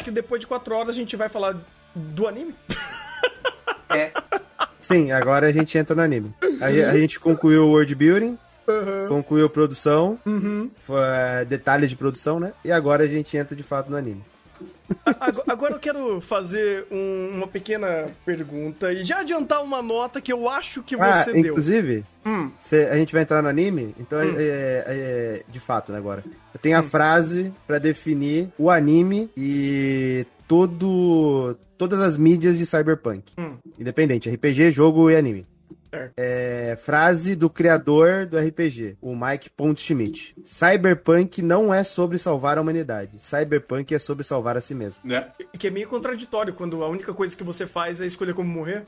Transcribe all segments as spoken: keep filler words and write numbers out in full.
que depois de quatro horas a gente vai falar do anime. É. Sim, agora a gente entra no anime. A, a gente concluiu o world building, uhum. concluiu produção, uhum. foi, detalhes de produção, né? E agora a gente entra de fato no anime. Agora eu quero fazer um, uma pequena pergunta e já adiantar uma nota que eu acho que você ah, deu. Inclusive, hum. cê, a gente vai entrar no anime, então hum. é, é, é de fato, né, agora. Eu tenho a hum. frase pra definir o anime e todo, todas as mídias de Cyberpunk. Hum. Independente, R P G, jogo e anime. É. É, frase do criador do R P G, o Mike Pondsmith. Cyberpunk não é sobre salvar a humanidade. Cyberpunk é sobre salvar a si mesmo. É. Que é meio contraditório quando a única coisa que você faz é escolher como morrer.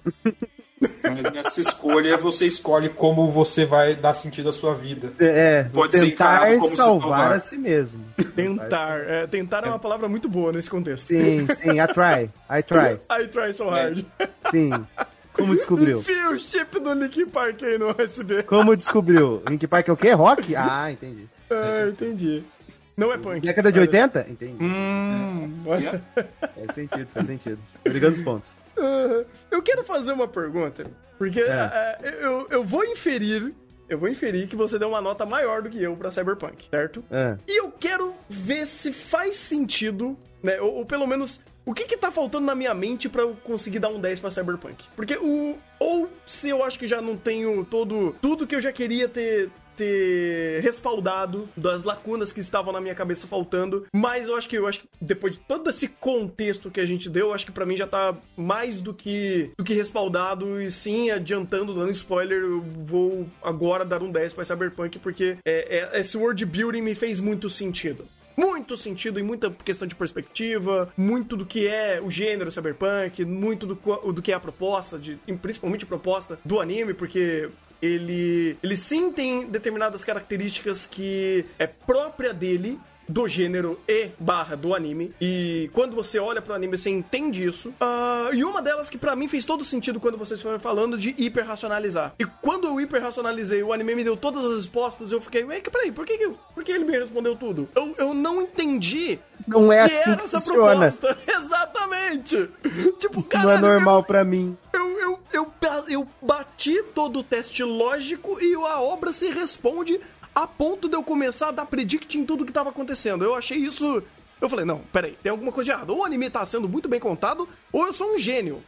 Mas nessa escolha, você escolhe como você vai dar sentido à sua vida. É, pode tentar ser como salvar, salvar a si mesmo. Tentar. É, tentar é uma palavra muito boa nesse contexto. Sim, sim, I try. I try. I try so hard. É. Sim. Como descobriu? Enfia o chip do Linkin Park aí no U S B. Como descobriu? Linkin Park é o quê? Rock? Ah, entendi. Ah, entendi. Não é punk. Década de oitenta? Entendi. Hum, é. Faz sentido, faz sentido. Tô ligando os pontos. Uh, eu quero fazer uma pergunta, porque é. uh, eu, eu vou inferir, eu vou inferir que você deu uma nota maior do que eu pra Cyberpunk, certo? É. E eu quero ver se faz sentido, né, ou, ou pelo menos... O que que tá faltando na minha mente pra eu conseguir dar um dez pra Cyberpunk? Porque o... Ou se eu acho que já não tenho todo... Tudo que eu já queria ter... ter respaldado das lacunas que estavam na minha cabeça faltando, mas eu acho que eu acho que depois de todo esse contexto que a gente deu, eu acho que pra mim já tá mais do que do que respaldado, e sim, adiantando, dando spoiler, eu vou agora dar um dez pra Cyberpunk, porque é, é, esse world building me fez muito sentido. Muito sentido em muita questão de perspectiva, muito do que é o gênero cyberpunk, muito do, do que é a proposta, de, principalmente a proposta do anime, porque ele, ele sim tem determinadas características que é própria dele, do gênero e barra do anime, e quando você olha pro anime você entende isso, uh, e uma delas que pra mim fez todo sentido quando vocês foram falando de hiperracionalizar, e quando eu hiperracionalizei, o anime me deu todas as respostas, eu fiquei, ué, peraí, por que, que, por que ele me respondeu tudo? Eu, eu não entendi não é que assim era que essa funciona. proposta. Exatamente. Tipo, cara, não é normal eu, pra mim. Eu, eu, eu, eu bati todo o teste lógico e a obra se responde a ponto de eu começar a dar predict em tudo que tava acontecendo. Eu achei isso... Eu falei, não, peraí, tem alguma coisa de errado. Ou o anime tá sendo muito bem contado, ou eu sou um gênio.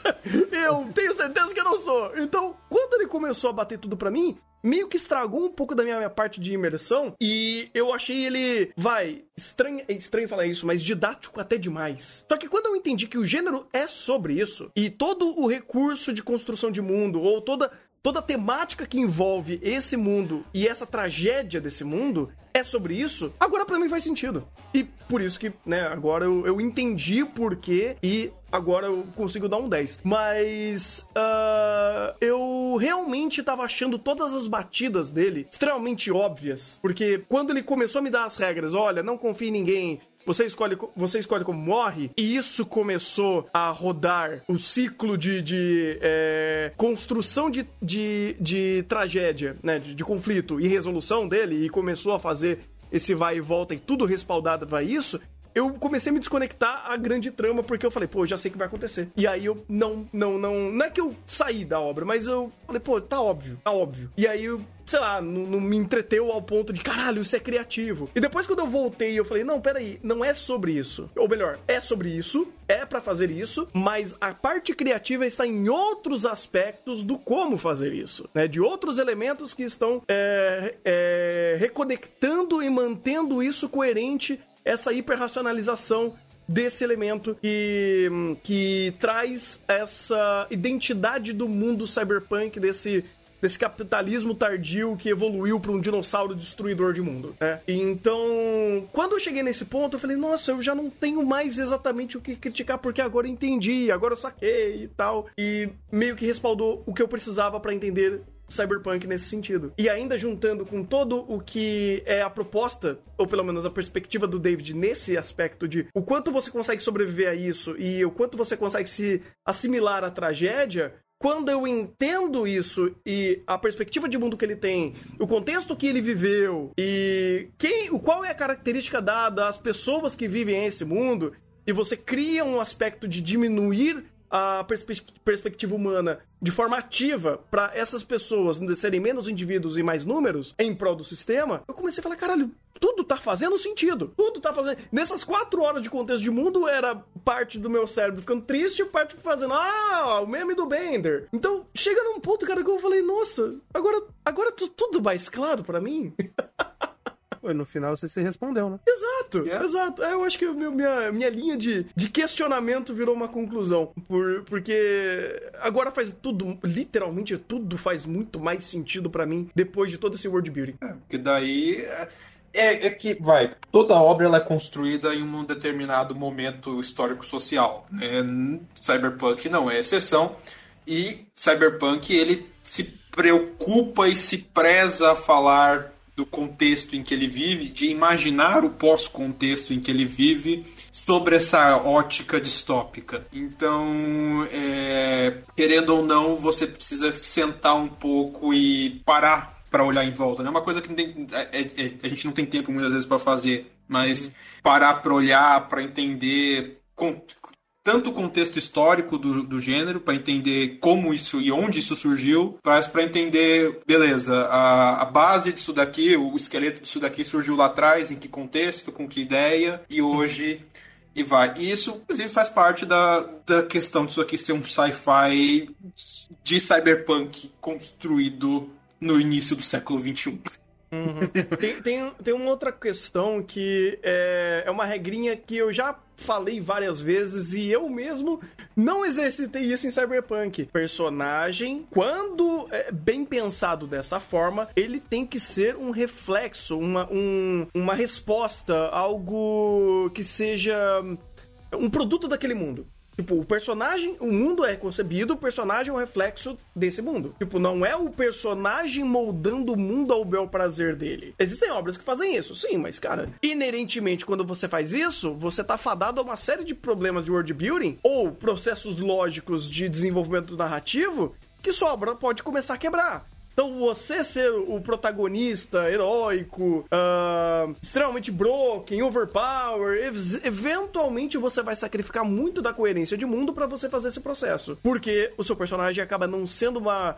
Eu tenho certeza que eu não sou. Então, quando ele começou a bater tudo pra mim, meio que estragou um pouco da minha, minha parte de imersão, e eu achei ele, vai, estranho, é estranho falar isso, mas didático até demais. Só que quando eu entendi que o gênero é sobre isso, e todo o recurso de construção de mundo, ou toda... Toda a temática que envolve esse mundo e essa tragédia desse mundo é sobre isso, agora pra mim faz sentido. E por isso que, né, agora eu, eu entendi o porquê e agora eu consigo dar um dez. Mas uh, eu realmente tava achando todas as batidas dele extremamente óbvias, porque quando ele começou a me dar as regras, olha, não confie em ninguém, Você escolhe, você escolhe como morre, e isso começou a rodar o ciclo de, de é, construção de, de, de tragédia, né, de, de conflito e resolução dele, e começou a fazer esse vai e volta e tudo respaldado vai isso, eu comecei a me desconectar a grande trama, porque eu falei, pô, eu já sei o que vai acontecer. E aí eu não, não, não... Não é que eu saí da obra, mas eu falei, pô, tá óbvio, tá óbvio. E aí eu, sei lá, não, não me entreteu ao ponto de, caralho, isso é criativo. E depois quando eu voltei, eu falei, não, peraí, não é sobre isso. Ou melhor, é sobre isso, é pra fazer isso, mas a parte criativa está em outros aspectos do como fazer isso, né? De outros elementos que estão é, é, reconectando e mantendo isso coerente, essa hiperracionalização desse elemento que, que traz essa identidade do mundo cyberpunk, desse, desse capitalismo tardio que evoluiu para um dinossauro destruidor de mundo, né? Então, quando eu cheguei nesse ponto, eu falei, nossa, eu já não tenho mais exatamente o que criticar, porque agora eu entendi, agora eu saquei e tal, e meio que respaldou o que eu precisava para entender Cyberpunk nesse sentido. E ainda juntando com todo o que é a proposta, ou pelo menos a perspectiva do David nesse aspecto de o quanto você consegue sobreviver a isso e o quanto você consegue se assimilar à tragédia, quando eu entendo isso e a perspectiva de mundo que ele tem, o contexto que ele viveu e quem, o qual é a característica dada às pessoas que vivem esse mundo, e você cria um aspecto de diminuir a perspe- perspectiva humana de forma ativa para essas pessoas serem menos indivíduos e mais números em prol do sistema, eu comecei a falar, caralho, tudo tá fazendo sentido. Tudo tá fazendo... Nessas quatro horas de contexto de mundo, era parte do meu cérebro ficando triste e parte fazendo, ah, o meme do Bender. Então, chega num ponto, cara, que eu falei, nossa, agora, agora tá tudo mais claro pra mim. No final você se respondeu, né? Exato, Yeah. exato. Eu acho que meu, minha, minha linha de, de questionamento virou uma conclusão. Por, porque agora faz tudo, literalmente tudo faz muito mais sentido pra mim depois de todo esse world building. É, porque daí... É, é que, vai, toda obra ela é construída em um determinado momento histórico-social. Né? Cyberpunk não é exceção. E Cyberpunk, ele se preocupa e se preza a falar do contexto em que ele vive, de imaginar o pós-contexto em que ele vive sobre essa ótica distópica. Então, é, querendo ou não, você precisa sentar um pouco e parar para olhar em volta. É uma coisa que não tem, é, é, a gente não tem tempo muitas vezes para fazer, mas uhum. parar para olhar, para entender... Com, tanto o contexto histórico do, do gênero, para entender como isso e onde isso surgiu, mas para entender, beleza, a, a base disso daqui, o esqueleto disso daqui surgiu lá atrás, em que contexto, com que ideia, e hoje... E vai. E isso, inclusive, faz parte da, da questão disso aqui ser um sci-fi de cyberpunk construído no início do século vinte e um. Uhum. Tem, tem, tem uma outra questão que é, é uma regrinha que eu já falei várias vezes e eu mesmo não exercitei isso em Cyberpunk. Personagem, quando é bem pensado dessa forma, ele tem que ser um reflexo, uma, um, uma resposta, algo que seja um produto daquele mundo. Tipo, o personagem, o mundo é concebido, o personagem é um reflexo desse mundo. Tipo, não é o personagem moldando o mundo ao bel prazer dele. Existem obras que fazem isso, sim, mas, cara, inerentemente, quando você faz isso, você tá fadado a uma série de problemas de world building ou processos lógicos de desenvolvimento narrativo que sua obra pode começar a quebrar. Então, você ser o protagonista heróico, uh, extremamente broken, overpower, ev- eventualmente você vai sacrificar muito da coerência de mundo pra você fazer esse processo. Porque o seu personagem acaba não sendo uma,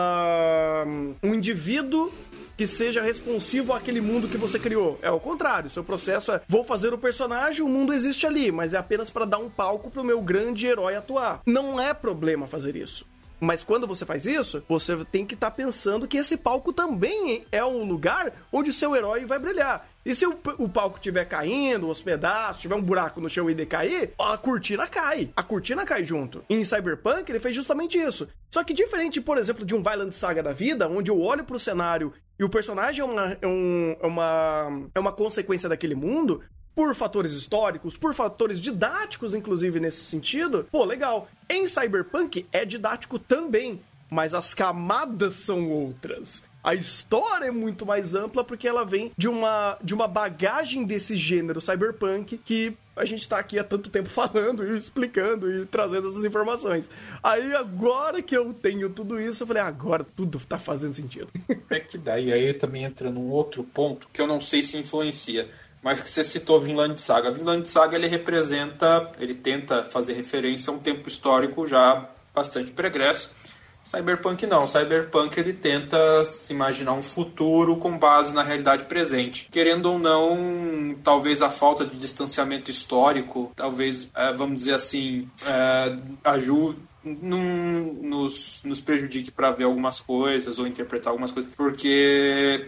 uma, um indivíduo que seja responsivo àquele mundo que você criou. É o contrário, seu processo é, vou fazer o personagem, o mundo existe ali, mas é apenas pra dar um palco pro meu grande herói atuar. Não é problema fazer isso. Mas quando você faz isso, você tem que estar tá pensando que esse palco também é um lugar onde o seu herói vai brilhar. E se o, o palco estiver caindo, os pedaços, tiver um buraco no chão e decair, a cortina cai. A cortina cai junto. Em Cyberpunk, ele fez justamente isso. Só que diferente, por exemplo, de um Violent Saga da vida, onde eu olho pro cenário e o personagem é uma, é um, é uma, é uma consequência daquele mundo... Por fatores históricos, por fatores didáticos, inclusive, nesse sentido, pô, legal. Em Cyberpunk é didático também, mas as camadas são outras. A história é muito mais ampla porque ela vem de uma, de uma bagagem desse gênero cyberpunk que a gente tá aqui há tanto tempo falando e explicando e trazendo essas informações. Aí agora que eu tenho tudo isso, eu falei, agora tudo tá fazendo sentido. É que daí aí também entra num outro ponto que eu não sei se influencia. Mas você citou Vinland Saga. Vinland Saga, ele representa, ele tenta fazer referência a um tempo histórico já bastante pregresso. Cyberpunk não. Cyberpunk, ele tenta se imaginar um futuro com base na realidade presente. Querendo ou não, talvez a falta de distanciamento histórico, talvez, é, vamos dizer assim, é, ajude... Num, nos, nos prejudique para ver algumas coisas ou interpretar algumas coisas. Porque...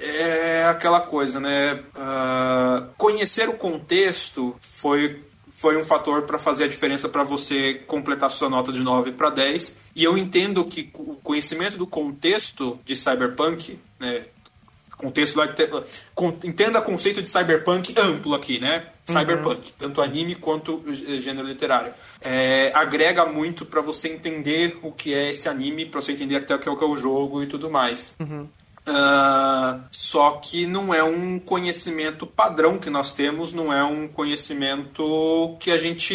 é aquela coisa, né? Uh, conhecer o contexto foi, foi um fator para fazer a diferença para você completar sua nota de nove para dez. E eu entendo que o conhecimento do contexto de Cyberpunk, né? Contexto, entenda o conceito de Cyberpunk amplo aqui, né? Cyberpunk, uhum. Tanto anime quanto gênero literário. É, agrega muito para você entender o que é esse anime, para você entender até o que é o jogo e tudo mais. Uhum. Uh, só que não é um conhecimento padrão que nós temos, não é um conhecimento que a gente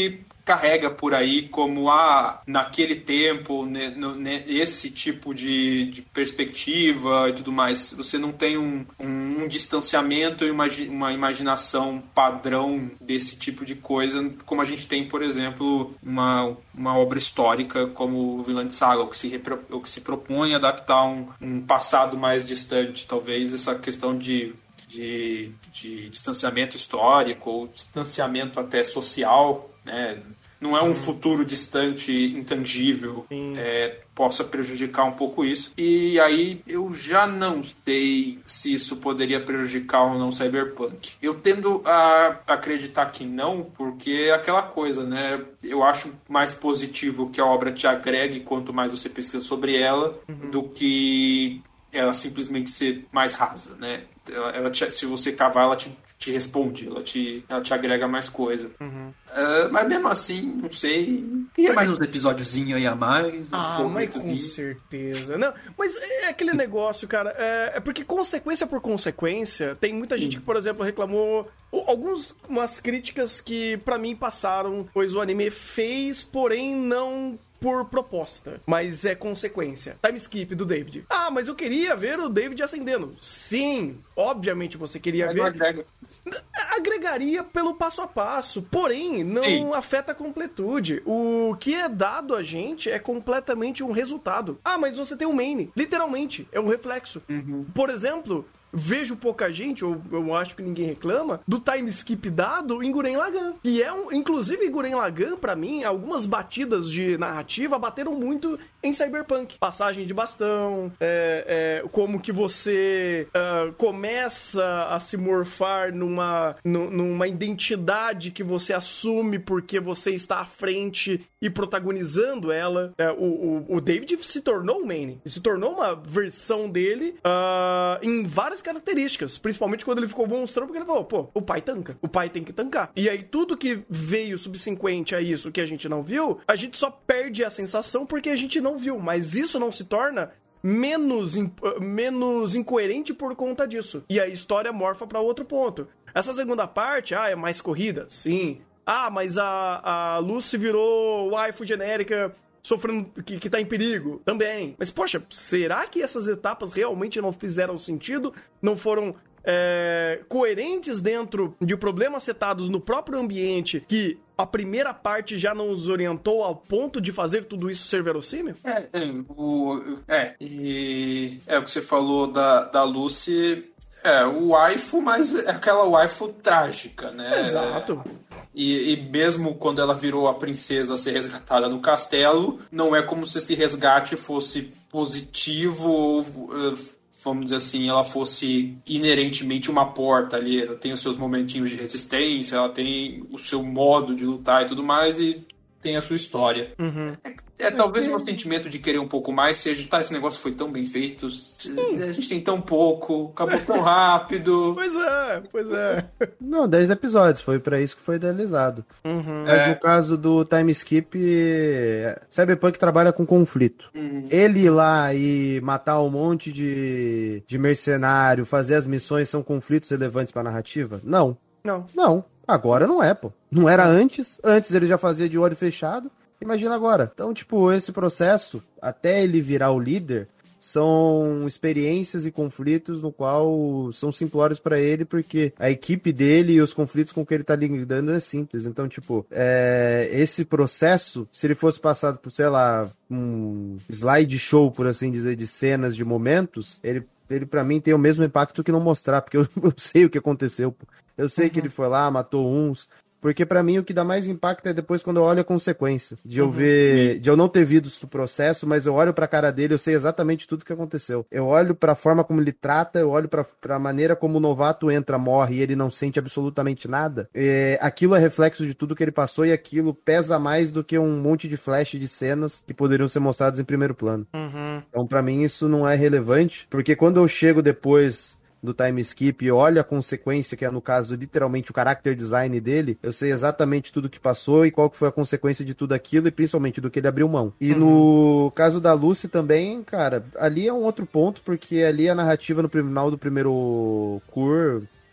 carrega por aí como, ah, naquele tempo, né, no, né, esse tipo de, de perspectiva e tudo mais, você não tem um, um, um distanciamento e uma, uma imaginação padrão desse tipo de coisa, como a gente tem, por exemplo, uma, uma obra histórica como o Vinland Saga, ou que se, repro, ou que se propõe a adaptar um, um passado mais distante, talvez essa questão de De, de distanciamento histórico ou distanciamento até social, né? Não é um futuro distante, intangível, é, possa prejudicar um pouco isso. E aí eu já não sei se isso poderia prejudicar ou não Cyberpunk. Eu tendo a acreditar que não, porque é aquela coisa, né? Eu acho mais positivo que a obra te agregue quanto mais você pesquisa sobre ela, uhum. do que ela simplesmente ser mais rasa, né? Ela, ela te, se você cavar, ela te, te responde, ela te, ela te agrega mais coisa. Uhum. Uh, mas mesmo assim, não sei. Queria mais uns episódiozinhos aí a mais. Ah, mas com de... certeza. Não, mas é aquele negócio, cara. É, é porque consequência por consequência, tem muita gente que, por exemplo, reclamou. Algumas críticas que pra mim passaram, pois o anime fez, porém não por proposta, mas é consequência. Time skip do David. Ah, mas eu queria ver o David ascendendo. Sim, obviamente você queria mas ver. Não agrega. Agregaria pelo passo a passo, porém não Sim. afeta a completude. O que é dado a gente é completamente um resultado. Ah, mas você tem um main. Literalmente, é um reflexo. Uhum. Por exemplo, vejo pouca gente, ou eu acho que ninguém reclama, do time skip dado em Gurren Lagann. E é um, inclusive, Gurren Lagann, pra mim, algumas batidas de narrativa bateram muito em Cyberpunk. Passagem de bastão, é, é, como que você uh, começa a se morfar numa, numa identidade que você assume porque você está à frente e protagonizando ela. É, o, o, o David se tornou o main. Ele se tornou uma versão dele uh, em várias características, principalmente quando ele ficou monstrão, porque ele falou, pô, o pai tanca, o pai tem que tancar. E aí tudo que veio subsequente a isso que a gente não viu, a gente só perde a sensação porque a gente não viu, mas isso não se torna menos, menos incoerente por conta disso. E a história morfa pra outro ponto. Essa segunda parte, ah, é mais corrida? Sim. Ah, mas a, a Lucy virou waifu genérica sofrendo, que, que tá em perigo, também. Mas, poxa, será que essas etapas realmente não fizeram sentido? Não foram é, coerentes dentro de problemas setados no próprio ambiente que a primeira parte já não os orientou ao ponto de fazer tudo isso ser verossímil? É, é, o, é, e é o que você falou da, da Lucy, é, o waifu, mas é aquela waifu trágica, né? Exato. E, e mesmo quando ela virou a princesa a ser resgatada no castelo, não é como se esse resgate fosse positivo ou, vamos dizer assim, ela fosse inerentemente uma porta ali. Ela tem os seus momentinhos de resistência, ela tem o seu modo de lutar e tudo mais, e tem a sua história. Uhum. É, é talvez o meu sentimento de querer um pouco mais seja, tá, esse negócio foi tão bem feito, Sim. a gente tem tão pouco, acabou tão rápido. Pois é, pois é. Não, dez episódios, foi pra isso que foi idealizado. Uhum. Mas é. no caso do time skip, Cyberpunk trabalha com conflito. Uhum. Ele ir lá e matar um monte de, de mercenário, fazer as missões, são conflitos relevantes pra narrativa? Não. Não. Não. Agora não é, pô. Não era antes. Antes ele já fazia de olho fechado. Imagina agora. Então, tipo, esse processo, até ele virar o líder, são experiências e conflitos no qual são simplórios pra ele, porque a equipe dele e os conflitos com que ele tá lidando é simples. Então, tipo, é... esse processo, se ele fosse passado por, sei lá, um slideshow, por assim dizer, de cenas, de momentos, ele, ele pra mim tem o mesmo impacto que não mostrar, porque eu, eu sei o que aconteceu, pô. Eu sei uhum. que ele foi lá, matou uns, porque pra mim o que dá mais impacto é depois quando eu olho a consequência, de eu uhum. ver, de eu não ter visto o processo, mas eu olho pra cara dele, eu sei exatamente tudo que aconteceu. Eu olho pra forma como ele trata, eu olho pra, pra maneira como o novato entra, morre e ele não sente absolutamente nada. É, aquilo é reflexo de tudo que ele passou e aquilo pesa mais do que um monte de flash de cenas que poderiam ser mostradas em primeiro plano. Uhum. Então pra mim isso não é relevante, porque quando eu chego depois do time skip e olho a consequência, que é no caso literalmente o character design dele, eu sei exatamente tudo que passou e qual que foi a consequência de tudo aquilo e principalmente do que ele abriu mão. E uhum. no caso da Lucy também, cara, ali é um outro ponto, porque ali a narrativa no final do primeiro Cur,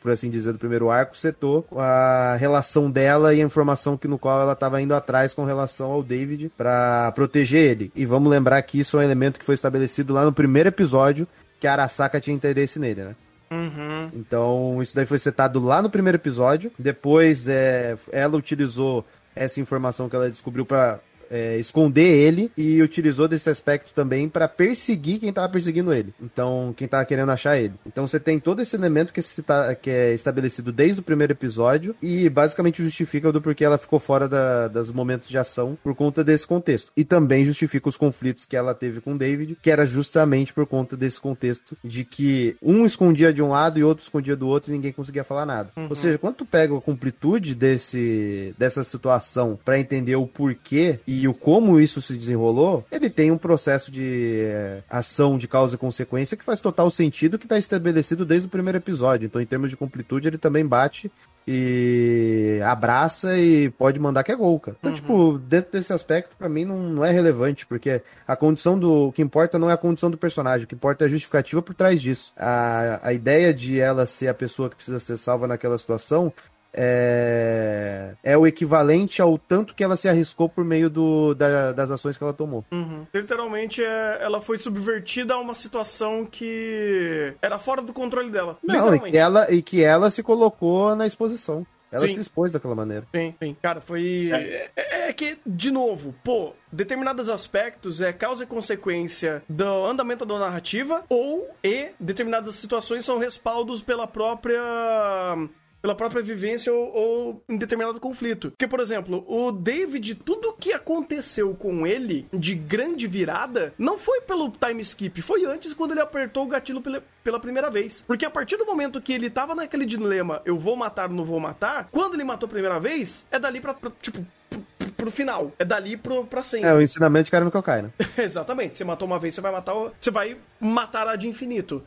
por assim dizer, do primeiro arco, setou a relação dela e a informação que, no qual ela estava indo atrás com relação ao David pra proteger ele. E vamos lembrar que isso é um elemento que foi estabelecido lá no primeiro episódio, que a Arasaka tinha interesse nele, né? Uhum. Então, isso daí foi setado lá no primeiro episódio. Depois, é, ela utilizou essa informação que ela descobriu pra é, esconder ele e utilizou desse aspecto também pra perseguir quem tava perseguindo ele. Então, quem tava querendo achar ele. Então, você tem todo esse elemento que, se tá, que é estabelecido desde o primeiro episódio e basicamente justifica do porquê ela ficou fora da, dos momentos de ação por conta desse contexto. E também justifica os conflitos que ela teve com o David, que era justamente por conta desse contexto de que um escondia de um lado e outro escondia do outro e ninguém conseguia falar nada. Uhum. Ou seja, quando tu pega a completude desse, dessa situação pra entender o porquê e o como isso se desenrolou, ele tem um processo de é, ação de causa e consequência que faz total sentido, que está estabelecido desde o primeiro episódio. Então, em termos de completude, ele também bate e abraça e pode mandar que é gol, cara. Então, uhum. tipo, dentro desse aspecto, pra mim, não, não é relevante, porque a condição do... O que importa não é a condição do personagem, o que importa é a justificativa por trás disso. A, a ideia de ela ser a pessoa que precisa ser salva naquela situação É... é o equivalente ao tanto que ela se arriscou por meio do, da, das ações que ela tomou. Uhum. Literalmente, é, ela foi subvertida a uma situação que era fora do controle dela. Não, e que, ela, e que ela se colocou na exposição. Ela sim. se expôs daquela maneira. Sim, sim. Cara, foi... É. É, é que, de novo, pô, determinados aspectos é causa e consequência do andamento da narrativa ou, e, determinadas situações são respaldos pela própria... pela própria vivência ou, ou em determinado conflito. Porque, por exemplo, o David, tudo que aconteceu com ele de grande virada, não foi pelo time skip, foi antes quando ele apertou o gatilho pela, pela primeira vez. Porque a partir do momento que ele tava naquele dilema, eu vou matar ou não vou matar, quando ele matou a primeira vez, é dali pra, pra tipo... Pro, pro final. É dali pro, pra sempre. É, o ensinamento de cara no que eu caio, né? Exatamente. Você matou uma vez, você vai matar você vai matar a de infinito.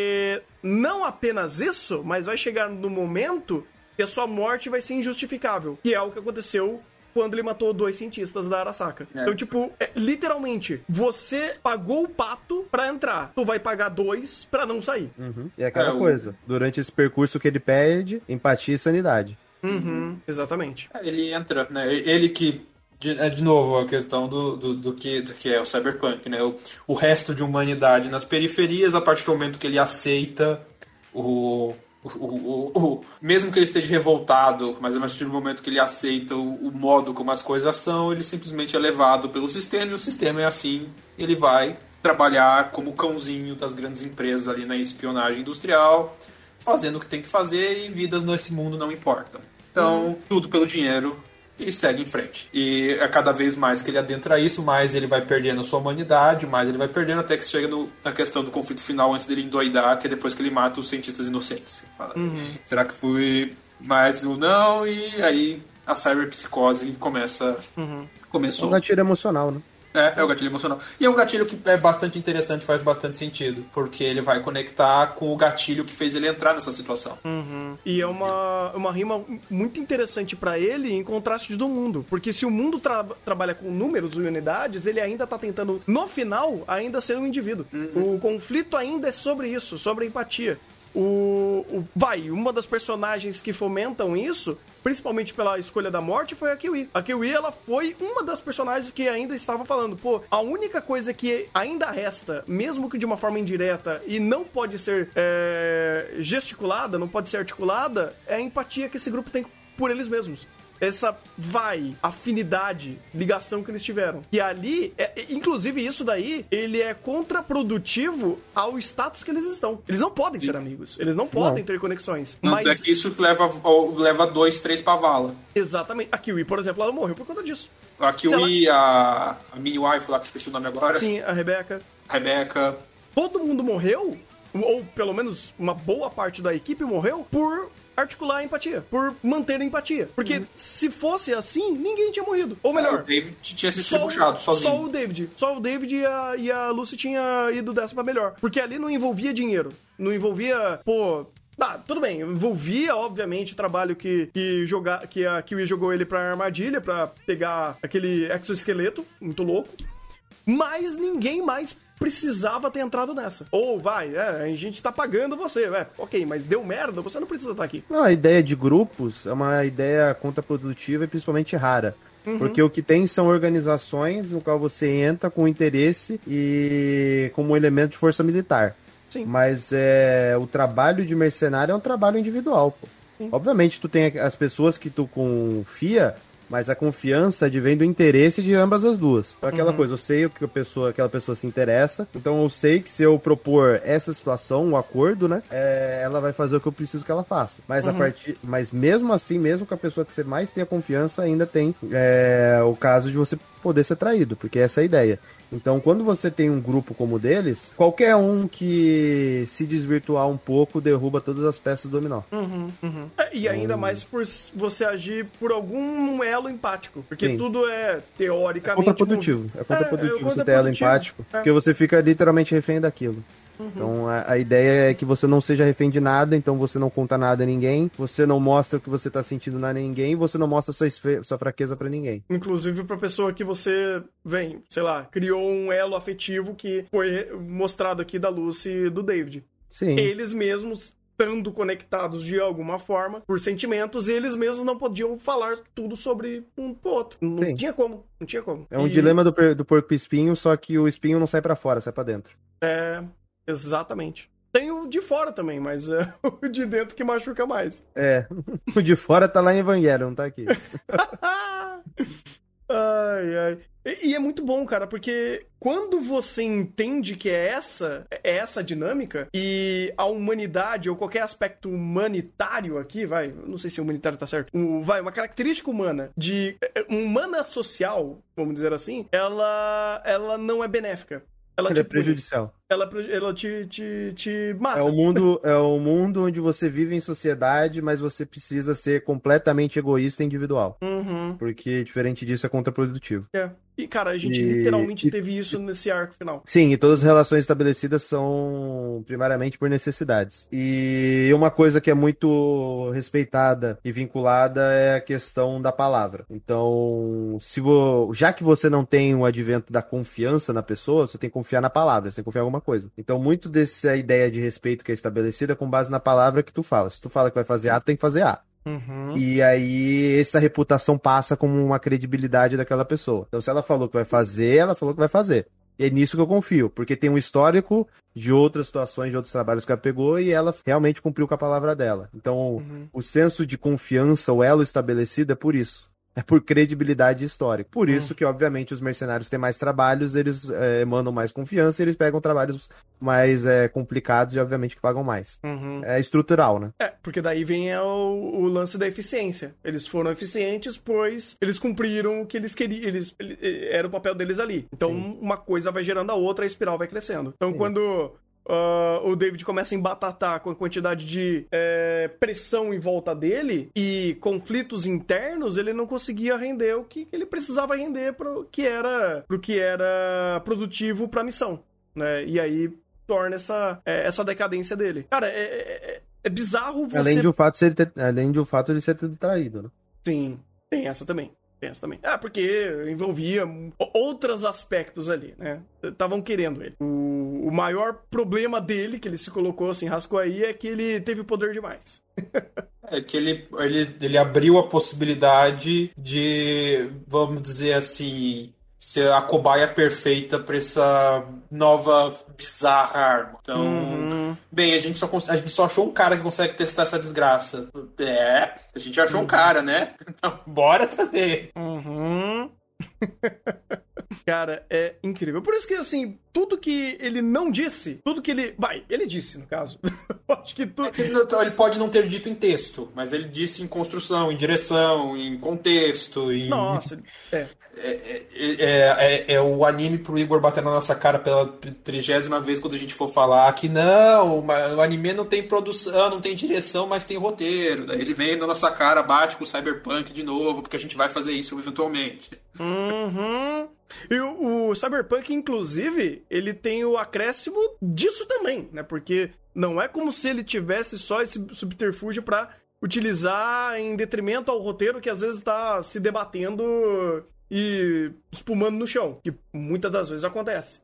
E não apenas isso, mas vai chegar no momento que a sua morte vai ser injustificável. Que é o que aconteceu quando ele matou dois cientistas da Arasaka. É. Então, tipo, é, literalmente, você pagou o pato pra entrar. Tu vai pagar dois pra não sair. Uhum. E é aquela é, coisa. O... Durante esse percurso que ele pede, empatia e sanidade. Uhum, exatamente. Ele entra, né? Ele que, de, é de novo a questão do, do, do, que, do que é o cyberpunk, né? O, o resto de humanidade nas periferias, a partir do momento que ele aceita o... O, o, o, o, mesmo que ele esteja revoltado, mas a partir do momento que ele aceita o, o modo como as coisas são, ele simplesmente é levado pelo sistema, e o sistema é assim, ele vai trabalhar como cãozinho das grandes empresas ali na espionagem industrial, fazendo o que tem que fazer, e vidas nesse mundo não importam. Então, uhum. tudo pelo dinheiro, e segue em frente. E a cada vez mais que ele adentra isso, mais ele vai perdendo a sua humanidade, mais ele vai perdendo, até que chega no, na questão do conflito final, antes dele endoidar, que é depois que ele mata os cientistas inocentes. Ele fala, uhum. será que fui mais ou não? E aí a cyberpsicose começa... Uhum. Começou. Um gatilho emocional, né? É, é o gatilho emocional. E é um gatilho que é bastante interessante, faz bastante sentido, porque ele vai conectar com o gatilho que fez ele entrar nessa situação. Uhum. E é uma, uma rima muito interessante pra ele em contraste do mundo, porque se o mundo tra trabalha com números e unidades, ele ainda tá tentando, no final, ainda ser um indivíduo. Uhum. O conflito ainda é sobre isso, sobre a empatia. O, o, vai, uma das personagens que fomentam isso, principalmente pela escolha da morte, foi a Kiwi. A Kiwi, ela foi uma das personagens que ainda estava falando, pô, a única coisa que ainda resta, mesmo que de uma forma indireta, e não pode ser é, gesticulada, não pode ser articulada, é a empatia que esse grupo tem por eles mesmos. Essa, vai, afinidade, ligação que eles tiveram. E ali, é, inclusive isso daí, ele é contraprodutivo ao status que eles estão. Eles não podem ser amigos. Eles não podem não. ter conexões. Não, mas é que isso leva, leva dois, três pra vala. Exatamente. A Kiwi, por exemplo, ela morreu por conta disso. A Kiwi, ela... a, a mini-wife lá, que esqueci o nome agora. Sim, a Rebecca. A Rebecca. Todo mundo morreu, ou pelo menos uma boa parte da equipe morreu, por... articular a empatia, por manter a empatia. Porque uhum. se fosse assim, ninguém tinha morrido. Ou melhor... É, o David tinha se estribuchado sozinho. Só o David. Só o David e a, e a Lucy tinha ido dessa pra melhor. Porque ali não envolvia dinheiro. Não envolvia, pô... Ah, tudo bem, envolvia, obviamente, o trabalho que, que, jogar, que a Kiwi jogou ele pra armadilha, pra pegar aquele exoesqueleto muito louco. Mas ninguém mais precisava ter entrado nessa. Ou vai, é, a gente tá pagando você, é, ok, mas deu merda, você não precisa estar aqui. Não, a ideia de grupos é uma ideia contraprodutiva e principalmente rara. Uhum. Porque o que tem são organizações no qual você entra com interesse e como um elemento de força militar. Sim. Mas é, o trabalho de mercenário é um trabalho individual, pô. Sim. Obviamente tu tem as pessoas que tu confia, mas a confiança advém do interesse de ambas as duas. Então, aquela uhum. coisa, eu sei o que a pessoa, aquela pessoa se interessa, então eu sei que se eu propor essa situação, um acordo, né, é, ela vai fazer o que eu preciso que ela faça. Mas, uhum. a partir, mas mesmo assim, mesmo com a pessoa que você mais tem a confiança, ainda tem é, o caso de você poder ser traído, porque essa é a ideia. Então, quando você tem um grupo como o deles, qualquer um que se desvirtuar um pouco derruba todas as peças do dominó. Uhum, uhum. É, e ainda um... mais por você agir por algum elo empático, porque Sim. tudo é teoricamente... É contraprodutivo. É contraprodutivo é, é você ter elo empático, é. porque você fica literalmente refém daquilo. Uhum. Então a, a ideia é que você não seja refém de nada, então você não conta nada a ninguém, você não mostra o que você tá sentindo a ninguém, você não mostra sua, sua fraqueza pra ninguém. Inclusive pra pessoa que você, vem, sei lá, criou um elo afetivo que foi mostrado aqui da Lucy e do David. Sim. Eles mesmos, estando conectados de alguma forma, por sentimentos, eles mesmos não podiam falar tudo sobre um pro outro. Não Sim. tinha como, não tinha como. É um e... dilema do, do porco espinho, só que o espinho não sai pra fora, sai pra dentro. É... Exatamente. Tem o de fora também, mas é o de dentro que machuca mais. É, o de fora tá lá em Evangelho, não tá aqui. Ai, ai. E, e é muito bom, cara, porque quando você entende que é essa, é essa dinâmica, e a humanidade, ou qualquer aspecto humanitário aqui, vai, não sei se humanitário tá certo, o, vai, uma característica humana, de humana social, vamos dizer assim, ela, ela não é benéfica. Ela, ela te é prejudicial. Ela, ela te, te, te mata. É o mundo, é o mundo onde você vive em sociedade, mas você precisa ser completamente egoísta e individual. Uhum. Porque, diferente disso, é contraprodutivo. É. E, cara, a gente e, literalmente e, teve isso nesse arco final. Sim, e todas as relações estabelecidas são primariamente por necessidades. E uma coisa que é muito respeitada e vinculada é a questão da palavra. Então, se vo... já que você não tem o advento da confiança na pessoa, você tem que confiar na palavra, você tem que confiar em alguma coisa. Então, muito dessa ideia de respeito que é estabelecida é com base na palavra que tu fala. Se tu fala que vai fazer A, tu tem que fazer A. Uhum. E aí essa reputação passa como uma credibilidade daquela pessoa. Então se ela falou que vai fazer, ela falou que vai fazer. E é nisso que eu confio, porque tem um histórico de outras situações, de outros trabalhos que ela pegou e ela realmente cumpriu com a palavra dela. Então uhum. o senso de confiança, o elo estabelecido é por isso. É por credibilidade histórica. Por isso que, obviamente, os mercenários têm mais trabalhos, eles é, emanam mais confiança e eles pegam trabalhos mais é, complicados e, obviamente, que pagam mais. Uhum. É estrutural, né? É, porque daí vem o, o lance da eficiência. Eles foram eficientes, pois eles cumpriram o que eles queriam. Eles, ele, era o papel deles ali. Então, Sim. uma coisa vai gerando a outra, a espiral vai crescendo. Então, Sim. quando... Uh, o David começa a embatatar com a quantidade de é, pressão em volta dele e conflitos internos, ele não conseguia render o que ele precisava render pro que era, pro que era produtivo pra missão, né? E aí torna essa, é, essa decadência dele. Cara, é, é, é bizarro você... Além de o fato de ele ter, além de o fato de ele ser tudo traído, né? Sim, tem essa também. Pensa também. Ah, porque envolvia outros aspectos ali, né? Estavam querendo ele. O, o maior problema dele, que ele se colocou assim, rascou aí, é que ele teve poder demais. É que ele, ele, ele abriu a possibilidade de, vamos dizer assim, ser a cobaia perfeita para essa nova bizarra arma. Então, uhum. bem, a gente, só, a gente só achou um cara que consegue testar essa desgraça. É, a gente achou uhum. um cara, né? Então, bora trazer. Uhum. Cara, é incrível. Por isso que, assim, tudo que ele não disse, tudo que ele... Vai, ele disse, no caso. Acho que tudo... É que ele pode não ter dito em texto, mas ele disse em construção, em direção, em contexto, em... Nossa, é... É, é, é, é o anime pro Igor bater na nossa cara pela trigésima vez quando a gente for falar que não, o anime não tem produção, não tem direção, mas tem roteiro. Daí ele vem na nossa cara, bate com o Cyberpunk de novo, porque a gente vai fazer isso eventualmente. Uhum. E o, o Cyberpunk, inclusive, ele tem o acréscimo disso também, né? Porque não é como se ele tivesse só esse subterfúgio pra utilizar em detrimento ao roteiro que às vezes tá se debatendo e espumando no chão, que muitas das vezes acontece.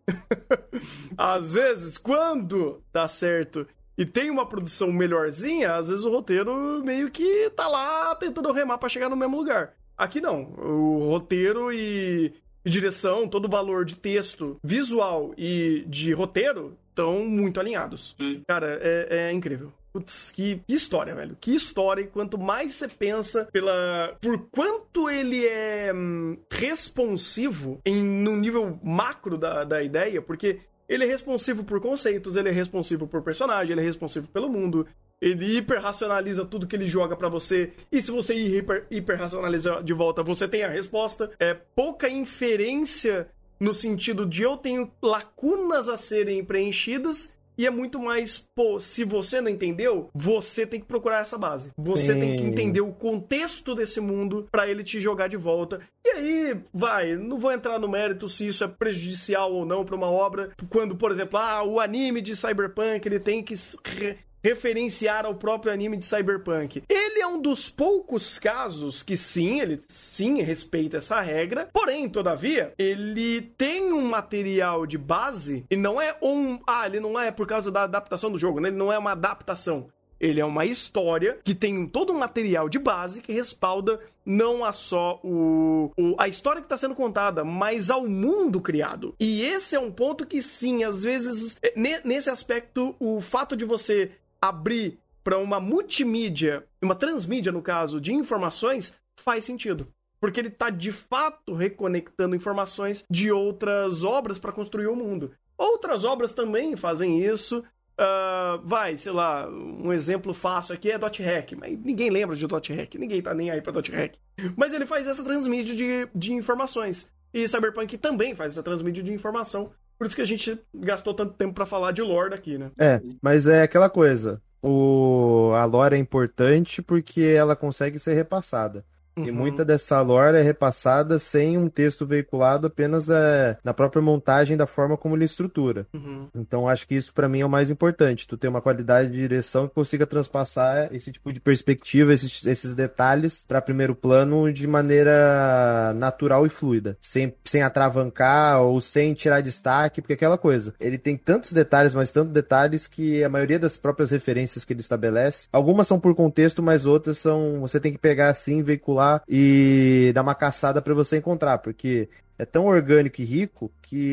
Às vezes, quando dá certo e tem uma produção melhorzinha, às vezes o roteiro meio que tá lá tentando remar pra chegar no mesmo lugar. Aqui não, o roteiro e, e direção, todo o valor de texto, visual e de roteiro estão muito alinhados. Hum. Cara, é, é incrível. Putz, que, que história, velho. Que história. E quanto mais você pensa pela... por quanto ele é hum, responsivo em, no nível macro da, da ideia, porque ele é responsivo por conceitos, ele é responsivo por personagem, ele é responsivo pelo mundo, ele hiperracionaliza tudo que ele joga pra você, e se você hiper, hiperracionaliza de volta, você tem a resposta. É pouca inferência no sentido de eu tenho lacunas a serem preenchidas, e é muito mais, pô, se você não entendeu, você tem que procurar essa base. Você Sim. tem que entender o contexto desse mundo pra ele te jogar de volta. E aí, vai, não vou entrar no mérito se isso é prejudicial ou não pra uma obra. Quando, por exemplo, ah, o anime de Cyberpunk, ele tem que re- referenciar ao próprio anime de Cyberpunk. Ele é um dos poucos casos que sim, ele sim respeita essa regra, porém, todavia, ele tem um material de base e não é um... Ah, ele não é por causa da adaptação do jogo, né? Ele não é uma adaptação. Ele é uma história que tem todo um material de base que respalda não a só o, o, a história que está sendo contada, mas ao mundo criado. E esse é um ponto que sim, às vezes, ne, nesse aspecto, o fato de você abrir para uma multimídia, uma transmídia, no caso, de informações, faz sentido. Porque ele está, de fato, reconectando informações de outras obras para construir o mundo. Outras obras também fazem isso. Uh, vai, sei lá, um exemplo fácil aqui é Dot Hack, mas ninguém lembra de Dot Hack, ninguém tá nem aí pra Dot Hack. Mas ele faz essa transmídia de, de informações. E Cyberpunk também faz essa transmídia de informação. Por isso que a gente gastou tanto tempo pra falar de lore aqui, né? É, mas é aquela coisa. O... A lore é importante porque ela consegue ser repassada. Uhum. E muita dessa lore é repassada sem um texto veiculado, apenas é, na própria montagem da forma como ele estrutura. Uhum. Então acho que isso pra mim é o mais importante. Tu ter uma qualidade de direção que consiga transpassar esse tipo de perspectiva, esses, esses detalhes pra primeiro plano de maneira natural e fluida. Sem, sem atravancar ou sem tirar destaque, porque aquela coisa. Ele tem tantos detalhes, mas tantos detalhes que a maioria das próprias referências que ele estabelece, algumas são por contexto, mas outras são... Você tem que pegar assim e veicular e dar uma caçada para você encontrar, porque é tão orgânico e rico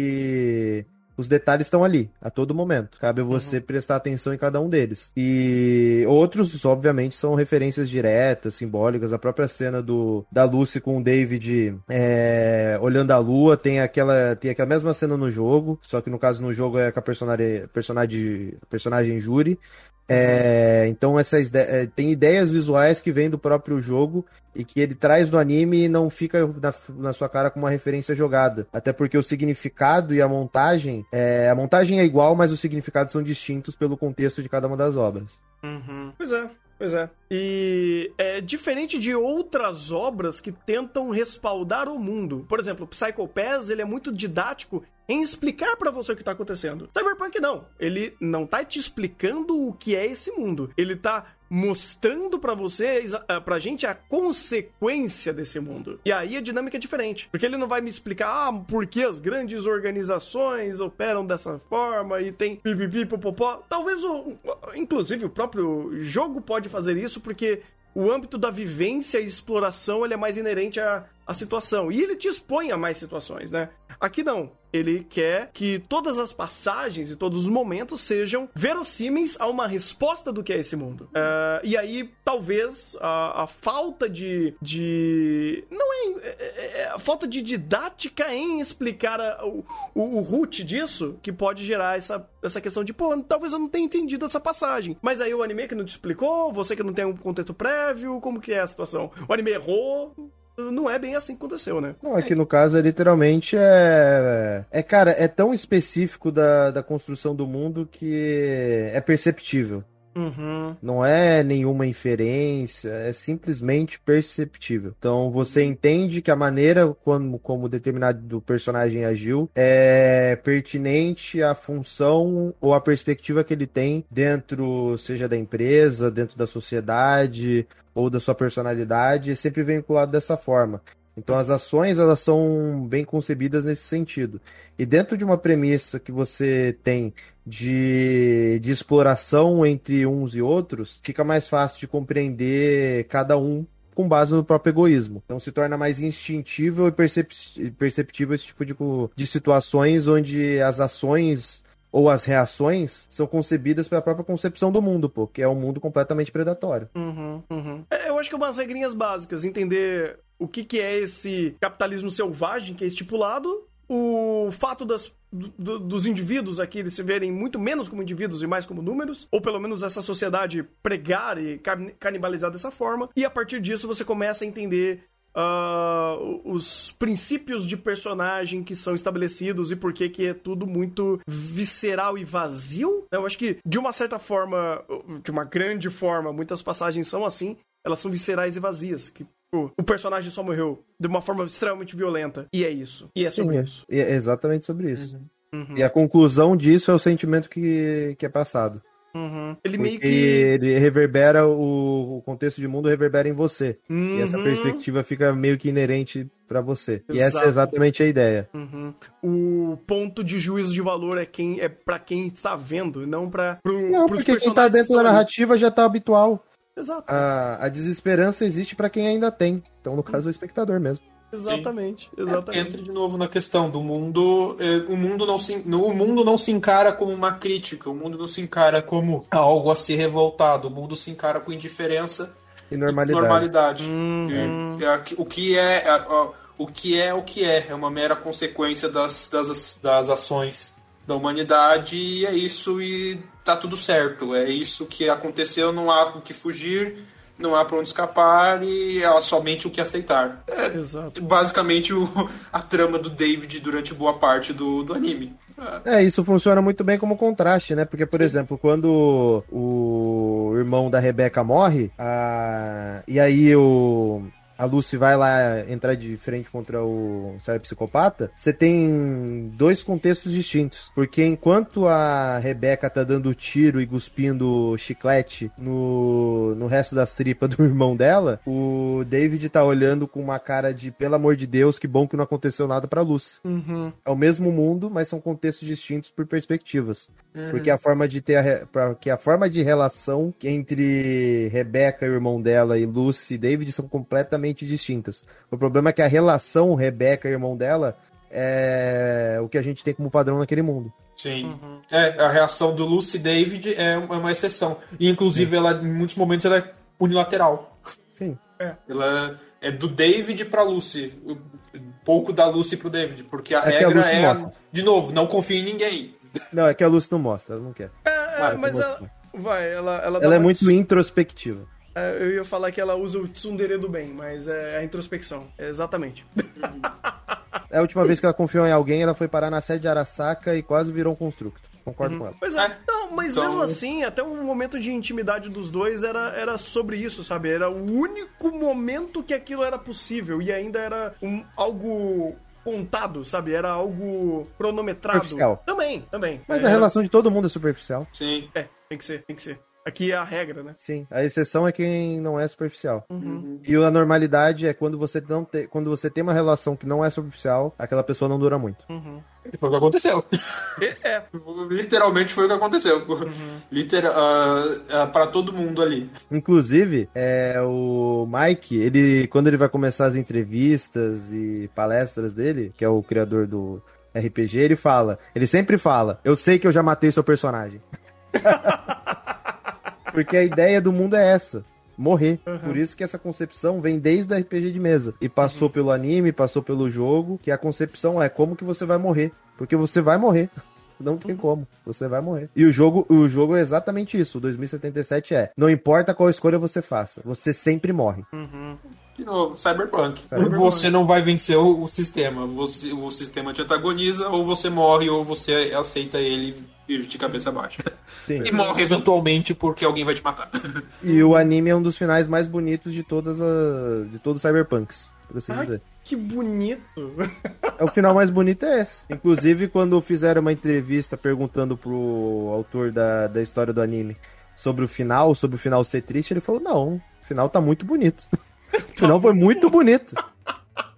que os detalhes estão ali, a todo momento. Cabe a você uhum. prestar atenção em cada um deles. E outros, obviamente, são referências diretas, simbólicas. A própria cena do, da Lucy com o David é, olhando a lua, tem aquela, tem aquela mesma cena no jogo, só que no caso no jogo é com a personagem, personagem, personagem Juri. É, então essas é, tem ideias visuais que vêm do próprio jogo e que ele traz do anime e não fica na, na sua cara com uma referência jogada. Até porque o significado e a montagem, é, a montagem é igual, mas os significados são distintos pelo contexto de cada uma das obras. Uhum. Pois é. Pois é. E é diferente de outras obras que tentam respaldar o mundo. Por exemplo, o Psycho Pass, ele é muito didático em explicar pra você o que tá acontecendo. Cyberpunk não. Ele não tá te explicando o que é esse mundo. Ele tá mostrando pra você, pra gente, a consequência desse mundo. E aí a dinâmica é diferente. Porque ele não vai me explicar, ah, por que as grandes organizações operam dessa forma e tem pipipi, popopó. Talvez, o, inclusive, o próprio jogo pode fazer isso porque o âmbito da vivência e exploração ele é mais inerente à, à situação. E ele te expõe a mais situações, né? Aqui não. Ele quer que todas as passagens e todos os momentos sejam verossímeis a uma resposta do que é esse mundo. Uh, e aí, talvez, a, a falta de... de não é, é, é... A falta de didática em explicar a, o, o, o root disso, que pode gerar essa, essa questão de, pô, talvez eu não tenha entendido essa passagem. Mas aí o anime que não te explicou, você que não tem um contexto prévio, como que é a situação? O anime errou... Não é bem assim que aconteceu, né? Não, aqui no caso, é, literalmente, é... É, cara, é tão específico da, da construção do mundo que é perceptível. Uhum. Não é nenhuma inferência, é simplesmente perceptível. Então você entende que a maneira como, como determinado personagem agiu é pertinente à função ou à perspectiva que ele tem dentro, seja da empresa, dentro da sociedade ou da sua personalidade, é sempre vinculado dessa forma. Então as ações, elas são bem concebidas nesse sentido. E dentro de uma premissa que você tem de, de exploração entre uns e outros, fica mais fácil de compreender cada um com base no próprio egoísmo. Então se torna mais instintível e percep- perceptível esse tipo de, de situações onde as ações ou as reações são concebidas pela própria concepção do mundo, pô, que é um mundo completamente predatório. Uhum, uhum. É, eu acho que é umas regrinhas básicas, entender o que, que é esse capitalismo selvagem que é estipulado, o fato das, do, dos indivíduos aqui eles se verem muito menos como indivíduos e mais como números, ou pelo menos essa sociedade pregar e canibalizar dessa forma, e a partir disso você começa a entender Uh, os princípios de personagem que são estabelecidos e por que que é tudo muito visceral e vazio. Eu acho que, de uma certa forma, de uma grande forma, muitas passagens são assim, elas são viscerais e vazias, que pô, o personagem só morreu de uma forma extremamente violenta, e é isso, e é sobre Sim, isso. É, é exatamente sobre isso. Uhum. Uhum. E a conclusão disso é o sentimento que, que é passado. Uhum. Ele Porque meio que... ele reverbera, o, o contexto de mundo reverbera em você. Uhum. E essa perspectiva fica meio que inerente pra você. Exato. E essa é exatamente a ideia. Uhum. O ponto de juízo de valor é quem é para quem está vendo, não para pro, Não, pros porque quem tá personagens dentro que da estão ali. narrativa já tá habitual. Exato. A, a desesperança existe pra quem ainda tem. Então, no caso, é o espectador mesmo. Exatamente, É, exatamente. entra de novo na questão do mundo. É, o, mundo não se, no, o mundo não se encara como uma crítica, o mundo não se encara como algo a ser revoltado, o mundo se encara com indiferença E normalidade. normalidade. Uhum. É, é, o que é, é, o que é o que é, é uma mera consequência das, das, das ações da humanidade, e é isso, e tá tudo certo. É isso que aconteceu, não há o que fugir. Não há pra onde escapar e há somente o que aceitar. É Exato. basicamente o, a trama do David durante boa parte do, do anime. É, isso funciona muito bem como contraste, né? Porque, por exemplo, quando o irmão da Rebecca morre, a... e aí o... a Lucy vai lá entrar de frente contra o Cyber Psicopata, você tem dois contextos distintos. Porque enquanto a Rebecca tá dando tiro e cuspindo chiclete no, no resto das tripas do irmão dela, o David tá olhando com uma cara de, pelo amor de Deus, que bom que não aconteceu nada pra Lucy. Uhum. É o mesmo mundo, mas são contextos distintos por perspectivas. Uhum. Porque a forma de ter a, re- porque a forma de relação entre Rebecca, o irmão dela, e Lucy e David são completamente distintas. O problema é que a relação Rebecca e irmão dela é o que a gente tem como padrão naquele mundo. Sim. Uhum. É, a reação do Lucy David é uma exceção. E, inclusive, ela, em muitos momentos, ela é unilateral. Sim. Ela é do David pra Lucy. Um pouco da Lucy pro David. Porque a É que a regra Lucy é, mostra. de novo, não confia em ninguém. Não, é que a Lucy não mostra, ela não quer. É, é, Claro que mas mostra. ela... Vai, ela... Ela, dá Ela é uma muito ts- introspectiva. é, eu ia falar que ela usa o tsundere do bem, mas é a introspecção. É exatamente. É a última vez que ela confiou em alguém, ela foi parar na sede de Arasaka e quase virou um construto. Concordo com ela. Pois é. É. Não, mas Então- mesmo assim, até o momento de intimidade dos dois era, era sobre isso, sabe? Era o único momento que aquilo era possível e ainda era um, algo contado, sabe? Era algo cronometrado. Superficial. Também, também. Mas é, a relação de todo mundo é superficial. Sim. É, tem que ser, tem que ser. Aqui é a regra, né? Sim, a exceção é quem não é superficial. Uhum. E a normalidade é quando você não te... quando você tem uma relação que não é superficial, aquela pessoa não dura muito. Uhum. E foi o que aconteceu. É, é. Literalmente foi o que aconteceu. Literal, uh, uh, para todo mundo ali. Inclusive, é, o Mike, ele quando ele vai começar as entrevistas e palestras dele, que é o criador do R P G, ele fala, ele sempre fala, eu sei que eu já matei seu personagem. Porque a ideia do mundo é essa. Morrer. Uhum. Por isso que essa concepção vem desde o R P G de mesa. E passou Uhum. pelo anime, passou pelo jogo, que a concepção é como que você vai morrer. Porque você vai morrer. Não tem como. Você vai morrer. E o jogo, o jogo é exatamente isso. O dois mil e setenta e sete é, não importa qual escolha você faça, você sempre morre. Uhum. De novo, Cyberpunk. Cyberpunk. Você não vai vencer o, o sistema. Você, o sistema te antagoniza, ou você morre, ou você aceita ele e de cabeça baixa. Sim. E morre eventualmente porque alguém vai te matar. E o anime é um dos finais mais bonitos de todas as, de todos os Cyberpunks, por assim Ai, dizer. que bonito. É, o final mais bonito é esse. Inclusive, quando fizeram uma entrevista perguntando pro autor da, da história do anime sobre o final, sobre o final ser triste, ele falou, não, o final tá muito bonito. O final foi muito bonito.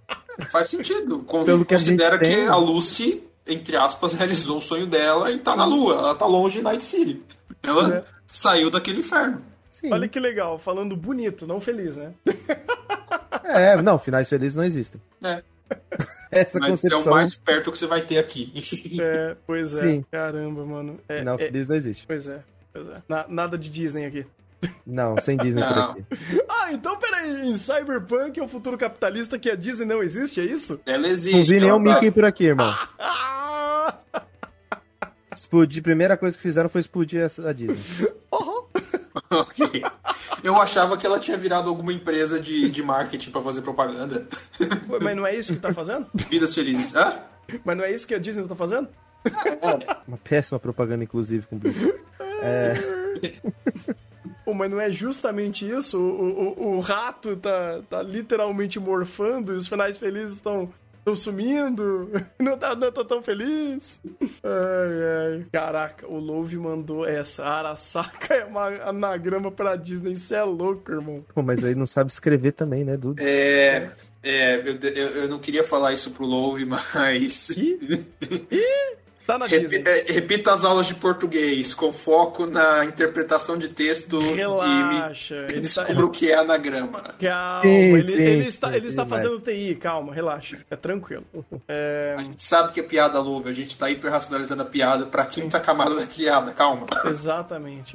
Faz sentido. Con- Pelo que a gente Considera que, tem. a Lucy, entre aspas, realizou o sonho dela e tá na Lua. Ela tá longe de Night City. Ela É. saiu daquele inferno. Sim. Olha que legal, falando bonito, não feliz, né? É, não, finais felizes não existem. É. Essa Mas concepção. é o mais perto que você vai ter aqui. É, pois é. Sim. Caramba, mano. É, Final é, feliz não existe. pois é, pois é. Na- nada de Disney aqui. Não, sem Disney por Não. aqui. Ah, então peraí, em Cyberpunk é o futuro capitalista que a Disney não existe, é isso? Ela existe. Não vi nenhum ela tá- Mickey por aqui, irmão. Ah! Explodir, primeira coisa que fizeram foi explodir essa- a Disney. Uhum. Ok. Eu achava que ela tinha virado alguma empresa de, de marketing pra fazer propaganda. Ué, mas não é isso que tá fazendo? Vidas felizes. Hã? Mas não é isso que a Disney tá fazendo? Uma péssima propaganda, inclusive, com Bluetooth. É, Pô, mas não é justamente isso? O, o, o- o rato tá, tá literalmente morfando e os finais felizes estão estão sumindo. Não tá, não tá tão feliz. Ai, ai. Caraca, o Love mandou essa. Arasaka é uma anagrama pra Disney. Isso é louco, irmão. pô, mas aí não sabe escrever também, né, Dudu? É. É, eu, eu, eu não queria falar isso pro Love, mas. Ih, ih, tá na Repi- Disney. é, repita as aulas de português, com foco na interpretação de texto Relaxa. e me, Ele tá- descubra ele- o que é anagrama. Calma, Sim, ele, sim, ele sim, está, ele está sim, fazendo mas- T I, calma, relaxa. É tranquilo. É, A gente sabe que é piada, Love, a gente tá hiperracionalizando a piada pra quinta camada da piada, calma. exatamente.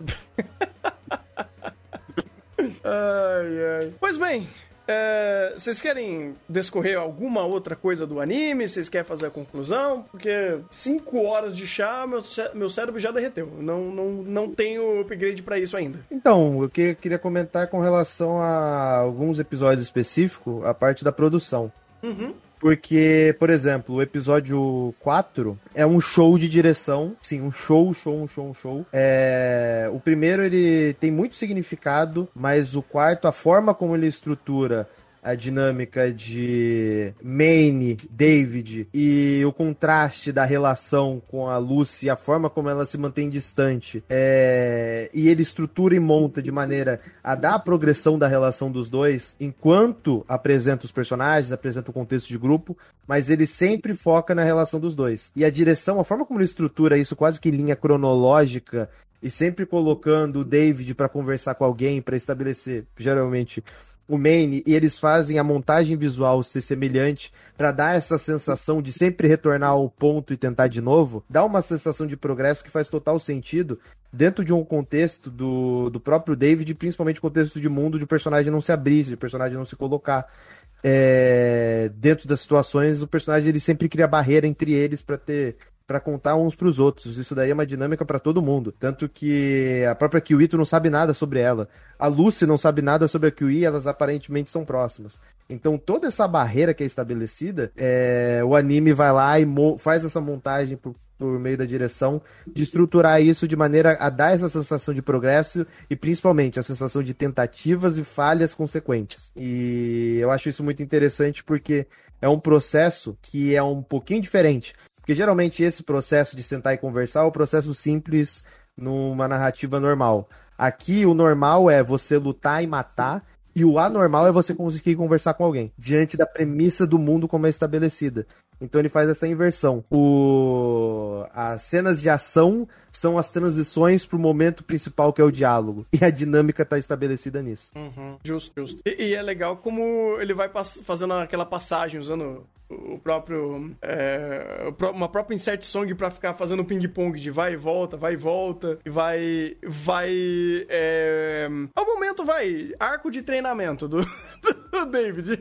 Ai, ai. Pois bem, é, vocês querem descorrer alguma outra coisa do anime? Vocês querem fazer a conclusão? Porque cinco horas de chá, meu, cé- meu cérebro já derreteu. Não, não, não tenho upgrade pra isso ainda. Então, o que eu queria comentar com relação a alguns episódios específicos, a parte da produção. Uhum. Porque, por exemplo, o episódio quatro é um show de direção. Sim, um show, show, um show, um show. É... O primeiro, ele tem muito significado, mas o quarto, a forma como ele estrutura a dinâmica de Maine, David e o contraste da relação com a Lucy, a forma como ela se mantém distante, é... e ele estrutura e monta de maneira a dar a progressão da relação dos dois, enquanto apresenta os personagens, apresenta o contexto de grupo, mas ele sempre foca na relação dos dois. E a direção, a forma como ele estrutura isso quase que em linha cronológica, e sempre colocando o David pra conversar com alguém, pra estabelecer, geralmente, o Maine, e eles fazem a montagem visual ser semelhante pra dar essa sensação de sempre retornar ao ponto e tentar de novo, dá uma sensação de progresso que faz total sentido dentro de um contexto do, do próprio David, principalmente contexto de mundo, de o personagem não se abrir, de o personagem não se colocar é, dentro das situações, o personagem ele sempre cria barreira entre eles pra ter... pra contar uns pros outros. Isso daí é uma dinâmica pra todo mundo. Tanto que a própria Kiwito não sabe nada sobre ela. A Lucy não sabe nada sobre a Kiwi, elas aparentemente são próximas. Então toda essa barreira que é estabelecida, é... o anime vai lá e mo... faz essa montagem por... por meio da direção, de estruturar isso de maneira a dar essa sensação de progresso e principalmente a sensação de tentativas e falhas consequentes. E eu acho isso muito interessante porque é um processo que é um pouquinho diferente. Porque geralmente esse processo de sentar e conversar é o processo simples numa narrativa normal. Aqui o normal é você lutar e matar, e o anormal é você conseguir conversar com alguém, diante da premissa do mundo como é estabelecida. Então ele faz essa inversão. O... As cenas de ação são as transições pro momento principal, que é o diálogo. E a dinâmica tá estabelecida nisso. Uhum. Justo, justo. E, e é legal como ele vai pass- fazendo aquela passagem, usando o próprio... é, o pró- uma própria insert song pra ficar fazendo ping-pong de vai e volta, vai e volta. E vai... Vai... É, é o momento, vai... Arco de treinamento do, do David.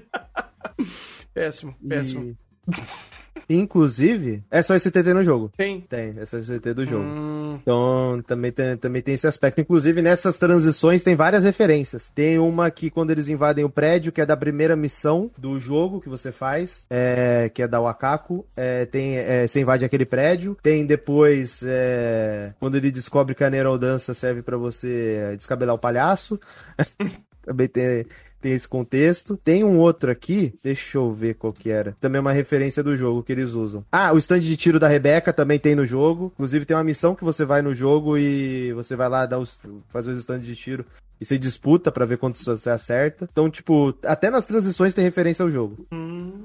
Péssimo, péssimo. E... Inclusive, é só esse T T no jogo. Tem. Tem, é só esse T T do jogo. Hum, Então, também tem, também tem esse aspecto. Inclusive, nessas transições tem várias referências. Tem uma que quando eles invadem o prédio, que é da primeira missão do jogo que você faz, é, que é da Wakako. É, tem, é, você invade aquele prédio. Tem depois, é, quando ele descobre que a Neural Dança serve pra você descabelar o palhaço. Também tem... Tem esse contexto. Tem um outro aqui, deixa eu ver qual que era. Também é uma referência do jogo que eles usam. Ah, o stand de tiro da Rebeca também tem no jogo. Inclusive tem uma missão que você vai no jogo e você vai lá dar os, fazer os stands de tiro. E você disputa pra ver quantos você acerta. Então, tipo, até nas transições tem referência ao jogo. hum,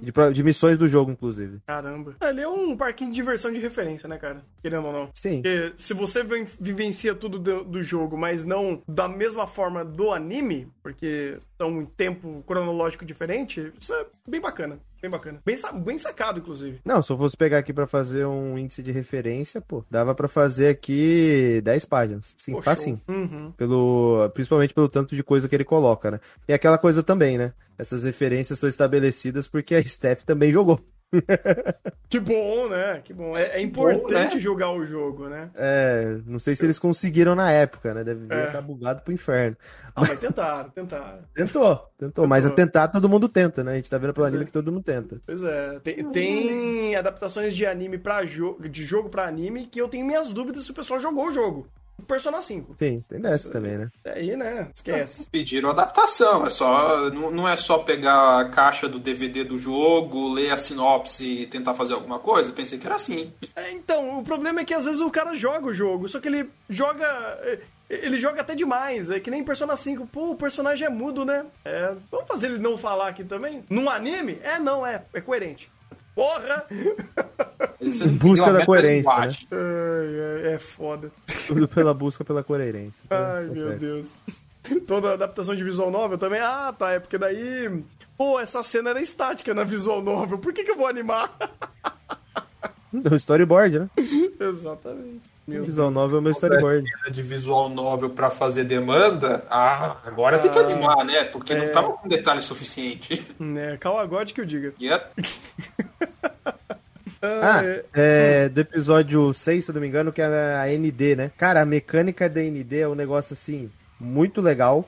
De, de missões do jogo, inclusive. Caramba. Ali é um parquinho de diversão de referência, né, cara? Querendo ou não. Sim. Porque se você vivencia tudo do, do jogo, mas não da mesma forma do anime, porque são em tempo cronológico diferente, isso é bem bacana. Bem bacana. Bem, bem sacado, inclusive. Não, se eu fosse pegar aqui pra fazer um índice de referência, pô, dava pra fazer aqui dez páginas. Sim, Pô, facinho. Uhum. Pelo, principalmente pelo tanto de coisa que ele coloca, né? E aquela coisa também, né? Essas referências são estabelecidas porque a Steph também jogou. Que bom, né? Que bom. É, é importante bom, né? jogar o jogo, né? É, não sei se eles conseguiram na época, né? Deve estar é. bugado pro inferno. Ah, mas tentaram, tentaram. Tentou, tentou, tentou. Mas a tentar todo mundo tenta, né? A gente tá vendo pelo pois anime é. que todo mundo tenta. Pois é. Tem, tem adaptações de anime para jogo, de jogo pra anime que eu tenho minhas dúvidas se o pessoal jogou o jogo. Persona cinco. Sim, tem dessa Isso, também, né? Aí, né? Esquece. Pediram adaptação, é só, não, não é só pegar a caixa do D V D do jogo, ler a sinopse e tentar fazer alguma coisa. Eu pensei que era assim. É, então, o problema é que às vezes o cara joga o jogo, só que ele joga... Ele joga até demais, é que nem Persona cinco. Pô, o personagem é mudo, né? É, vamos fazer ele não falar aqui também? Num anime? É, não, é. É coerente. Porra! Busca da coerência, né? É, é foda. Tudo pela busca pela coerência. Ai, tá meu certo. Deus. Toda adaptação de visual novel também. Ah, tá, é porque daí... Pô, essa cena era estática na visual novel. Por que que eu vou animar? O storyboard, né? Exatamente. Meu visual novel é o meu storyboard. Cena de visual novel pra fazer demanda, ah, agora ah, tem que animar, né? Porque é... não tava com detalhe suficiente. É, Kawagote que eu diga. Yep. Ah, é, do episódio seis, se eu não me engano, que é a N D, né? Cara, a mecânica da N D é um negócio, assim, muito legal,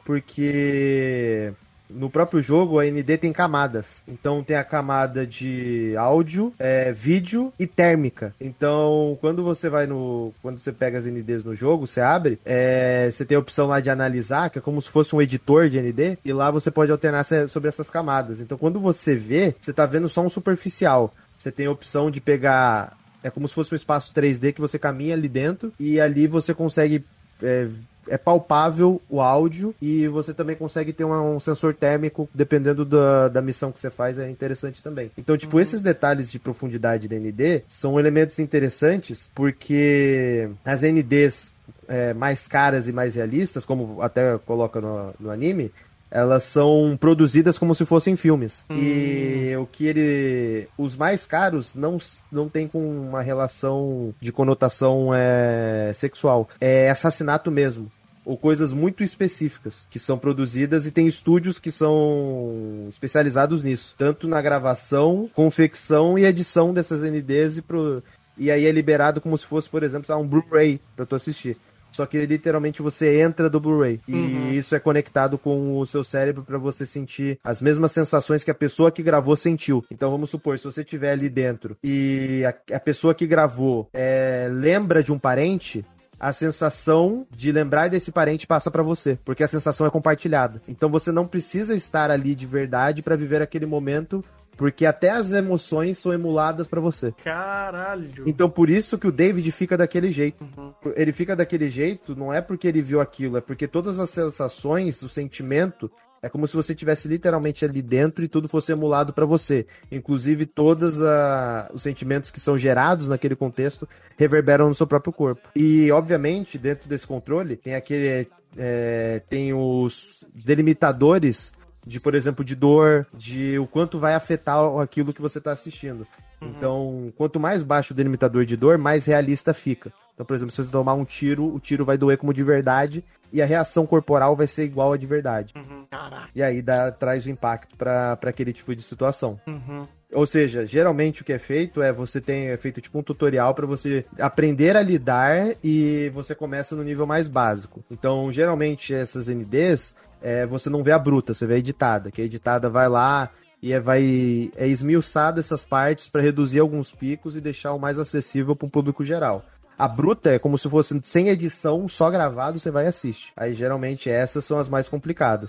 porque no próprio jogo a N D tem camadas. Então tem a camada de áudio, é, vídeo e térmica. Então, quando você vai no... Quando você pega as N Ds no jogo, você abre, é, você tem a opção lá de analisar, que é como se fosse um editor de N D, e lá você pode alternar sobre essas camadas. Então, quando você vê, você tá vendo só um superficial. Você tem a opção de pegar... É como se fosse um espaço três D que você caminha ali dentro e ali você consegue... É, é palpável o áudio e você também consegue ter um, um sensor térmico dependendo da, da missão que você faz, é interessante também. Então, tipo, uhum. esses detalhes de profundidade da N D são elementos interessantes porque as N Ds é, mais caras e mais realistas, como até coloca no, no anime... elas são produzidas como se fossem filmes. Hum. E o que ele... Os mais caros não, não tem com uma relação de conotação é, sexual. É assassinato mesmo. Ou coisas muito específicas que são produzidas e tem estúdios que são especializados nisso. Tanto na gravação, confecção e edição dessas N Ds. E, pro... e aí é liberado como se fosse, por exemplo, um Blu-ray pra tu assistir. Só que literalmente você entra do Blu-ray. E uhum. isso é conectado com o seu cérebro para você sentir as mesmas sensações que a pessoa que gravou sentiu. Então vamos supor, se você estiver ali dentro e a, a pessoa que gravou é, lembra de um parente, a sensação de lembrar desse parente passa para você, porque a sensação é compartilhada. Então você não precisa estar ali de verdade para viver aquele momento, porque até as emoções são emuladas pra você. Caralho. Então por isso que o David fica daquele jeito. Uhum. Ele fica daquele jeito não é porque ele viu aquilo, é porque todas as sensações, o sentimento, é como se você estivesse literalmente ali dentro e tudo fosse emulado pra você. Inclusive todos os sentimentos que são gerados naquele contexto reverberam no seu próprio corpo. E obviamente dentro desse controle tem aquele... É, tem os delimitadores de, por exemplo, de dor, de o quanto vai afetar aquilo que você está assistindo. Uhum. Então, quanto mais baixo o delimitador de dor, mais realista fica. Então, por exemplo, se você tomar um tiro, o tiro vai doer como de verdade e a reação corporal vai ser igual a de verdade. Uhum. E aí dá, traz o impacto para aquele tipo de situação. Uhum. Ou seja, geralmente o que é feito é você tem é feito tipo um tutorial para você aprender a lidar e você começa no nível mais básico. Então, geralmente essas N Ds, é, você não vê a bruta, você vê a editada, que a editada vai lá e é, vai é esmiuçada essas partes para reduzir alguns picos e deixar o mais acessível para o público geral. A bruta é como se fosse sem edição, só gravado, você vai e assiste. Aí geralmente essas são as mais complicadas.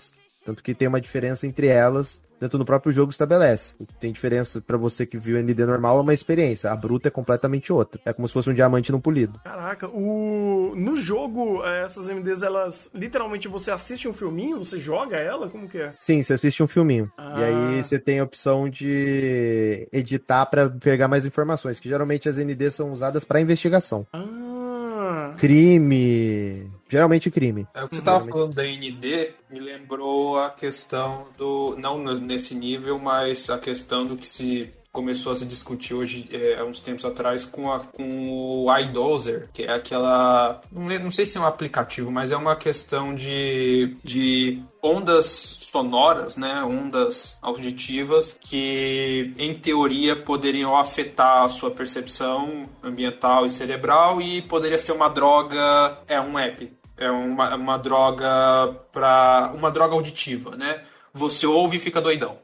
Tanto que tem uma diferença entre elas, tanto no próprio jogo estabelece. Tem diferença pra você que viu N D normal, é uma experiência. A bruta é completamente outra. É como se fosse um diamante não polido. Caraca, o... no jogo, essas M Ds, elas, literalmente, você assiste um filminho, você joga ela? Como que é? Sim, você assiste um filminho. Ah. E aí você tem a opção de editar pra pegar mais informações, que geralmente as N Ds são usadas pra investigação. Ah... Crime. Geralmente crime. É, o que você estava falando da N D me lembrou a questão do. Não nesse nível, mas a questão do que se começou a se discutir hoje, é, há uns tempos atrás, com, a, com o iDozer, que é aquela. Não, não sei se é um aplicativo, mas é uma questão de, de ondas sonoras, né? Ondas auditivas que, em teoria, poderiam afetar a sua percepção ambiental e cerebral e poderia ser uma droga. É um app. É uma, uma droga para uma droga auditiva, né? Você ouve e fica doidão.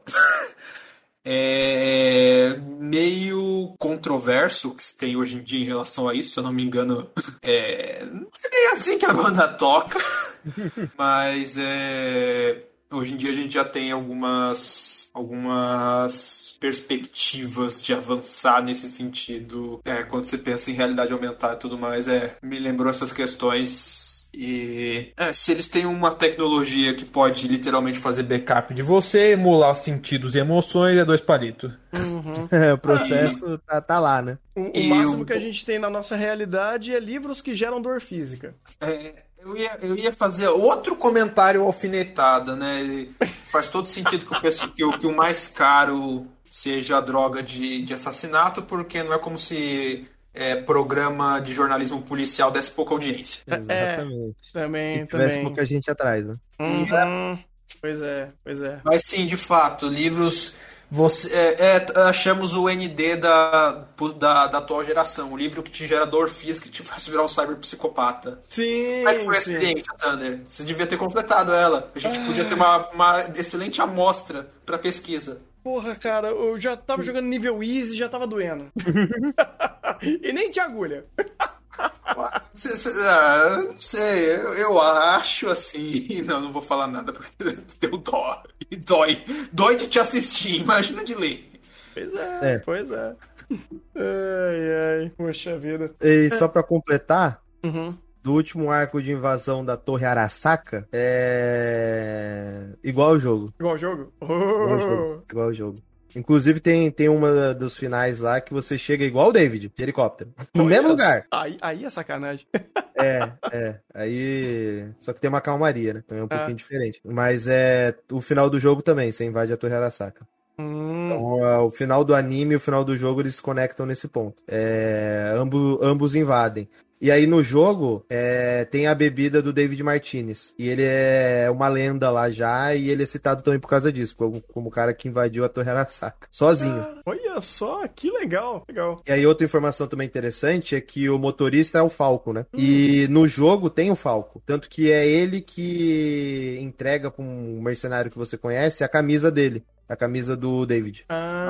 É meio controverso o que se tem hoje em dia em relação a isso, se eu não me engano. É, é bem assim que a banda toca. Mas é, hoje em dia a gente já tem algumas, algumas perspectivas de avançar nesse sentido. É, quando você pensa em realidade aumentada e tudo mais, é, me lembrou essas questões. E é, se eles têm uma tecnologia que pode literalmente fazer backup de você, emular sentidos e emoções, é dois palitos. Uhum. É, o processo e... tá, tá lá, né? O, o máximo que a gente tem na nossa realidade é livros que geram dor física. É, eu, ia, eu ia fazer outro comentário alfinetada, né? Faz todo sentido que, eu penso que, o, que o mais caro seja a droga de, de assassinato, porque não é como se... É, programa de jornalismo policial desse pouca audiência. Exatamente. É, também, e tivesse também. pouca gente atrás, né? Uhum. Pois é, pois é. Mas sim, de fato, livros... Você, é, é, achamos o N D da, da, da atual geração. O livro que te gera dor física e te faz virar um cyberpsicopata. Sim, Como é que foi a sim. experiência, Thunder? Você devia ter completado ela. A gente ah. podia ter uma, uma excelente amostra para pesquisa. Porra, cara, eu já tava jogando nível easy e já tava doendo. E nem tinha agulha. Cê, cê, ah, não sei, eu, eu acho assim. Não, não vou falar nada porque deu dó. E dói. Dói de te assistir, imagina de ler. Pois é, é. pois é. Ai, ai, poxa vida. E só pra completar. Uhum. Do último arco de invasão da Torre Arasaka é igual ao jogo. Igual ao jogo? Oh. Igual ao jogo. Igual ao jogo. Inclusive tem, tem uma dos finais lá que você chega igual o David, de helicóptero. No Olha, mesmo lugar. Aí, aí é sacanagem. É, é. Aí. Só que tem uma calmaria, né? Então é um ah. pouquinho diferente. Mas é. O final do jogo também, você invade a Torre Arasaka. Hum. Então, é, o final do anime e o final do jogo eles se conectam nesse ponto. É, ambos, ambos invadem. E aí no jogo é, tem a bebida do David Martinez. E ele é uma lenda lá já. E ele é citado também por causa disso. Como, como o cara que invadiu a Torre Arasaka. Sozinho. Ah, olha só, que legal, legal. E aí outra informação também interessante é que o motorista é o Falco, né? Hum. E no jogo tem o Falco. Tanto que é ele que entrega para um mercenário que você conhece a camisa dele. A camisa do David.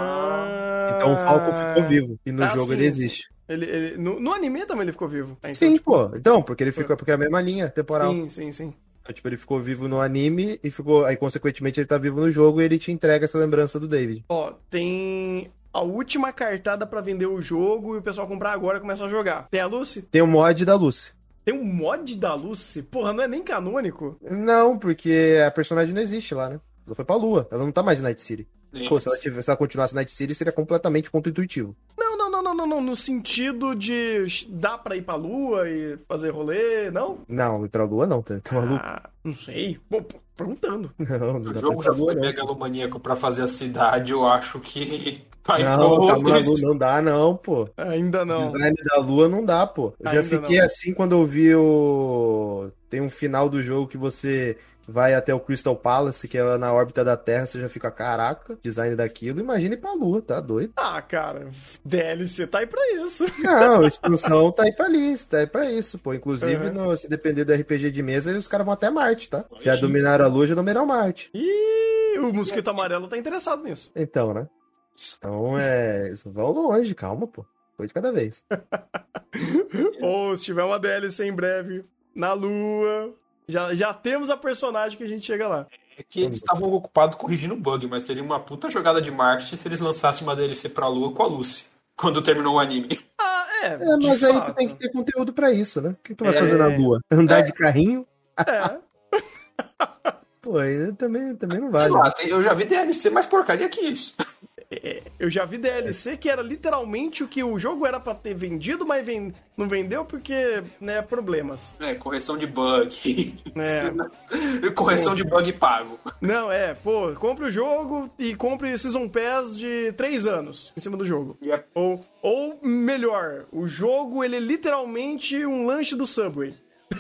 Ah. Então o Falco ficou vivo. E no ah, jogo sim, ele existe. Ele, ele, no, no anime também ele ficou vivo. Então, sim, tipo, pô. Então, porque ele ficou porque é a mesma linha temporal. Sim, sim, sim. Então, tipo, ele ficou vivo no anime e ficou. Aí, consequentemente, ele tá vivo no jogo e ele te entrega essa lembrança do David. Ó, tem a última cartada pra vender o jogo e o pessoal comprar agora e começa a jogar. Tem a Lucy? Tem o mod da Lucy. Tem um mod da Lucy? Porra, não é nem canônico? Não, porque a personagem não existe lá, né? Ela foi pra Lua. Ela não tá mais em Night City. Pô, se ela, tivesse, se ela continuasse Night City, seria completamente contra-intuitivo. Não, não, não, não, não, não. No sentido de dá pra ir pra Lua e fazer rolê, não? Não, ir pra Lua não, tá, tá maluco? Ah, não sei. Pô, perguntando. Não, não o jogo já foi megalomaníaco pra fazer a cidade, eu acho que vai não, pro tá maluco, não dá não, pô. Ainda não. O design da Lua não dá, pô. Eu Ainda já fiquei não. assim quando eu vi o... Tem um final do jogo que você vai até o Crystal Palace, que é na órbita da Terra, você já fica, caraca, design daquilo, imagine pra Lua, tá doido? Ah, cara, D L C tá aí pra isso. Não, a expansão tá aí pra isso, tá aí pra isso, pô. Inclusive, Uhum. no, se depender do R P G de mesa, os caras vão até Marte, tá? Já dominaram a Lua, já dominaram Marte. Ih, o mosquito amarelo tá interessado nisso. Então, né? Então, é... Isso vão longe, calma, pô. Foi de cada vez. Ou se tiver uma D L C em breve, na Lua... Já, já temos a personagem que a gente chega lá. É que eles estavam ocupados corrigindo bug, mas teria uma puta jogada de marketing se eles lançassem uma D L C pra Lua com a Lucy, quando terminou o anime. Ah, é. É, mas aí fato. tu tem que ter conteúdo pra isso, né? O que tu vai É. fazer na Lua? Andar É. de carrinho? É. Pô, aí também, também não Sei vale. lá, tem- eu já vi D L C mais porcaria que isso. Eu já vi D L C que era literalmente o que o jogo era pra ter vendido, mas ven- não vendeu porque, né, problemas. É, correção de bug. É. correção de bug pago. Não, é, pô, compre o jogo e compre Season Pass de três anos em cima do jogo. Yep. Ou, ou melhor, o jogo, ele é literalmente um lanche do Subway.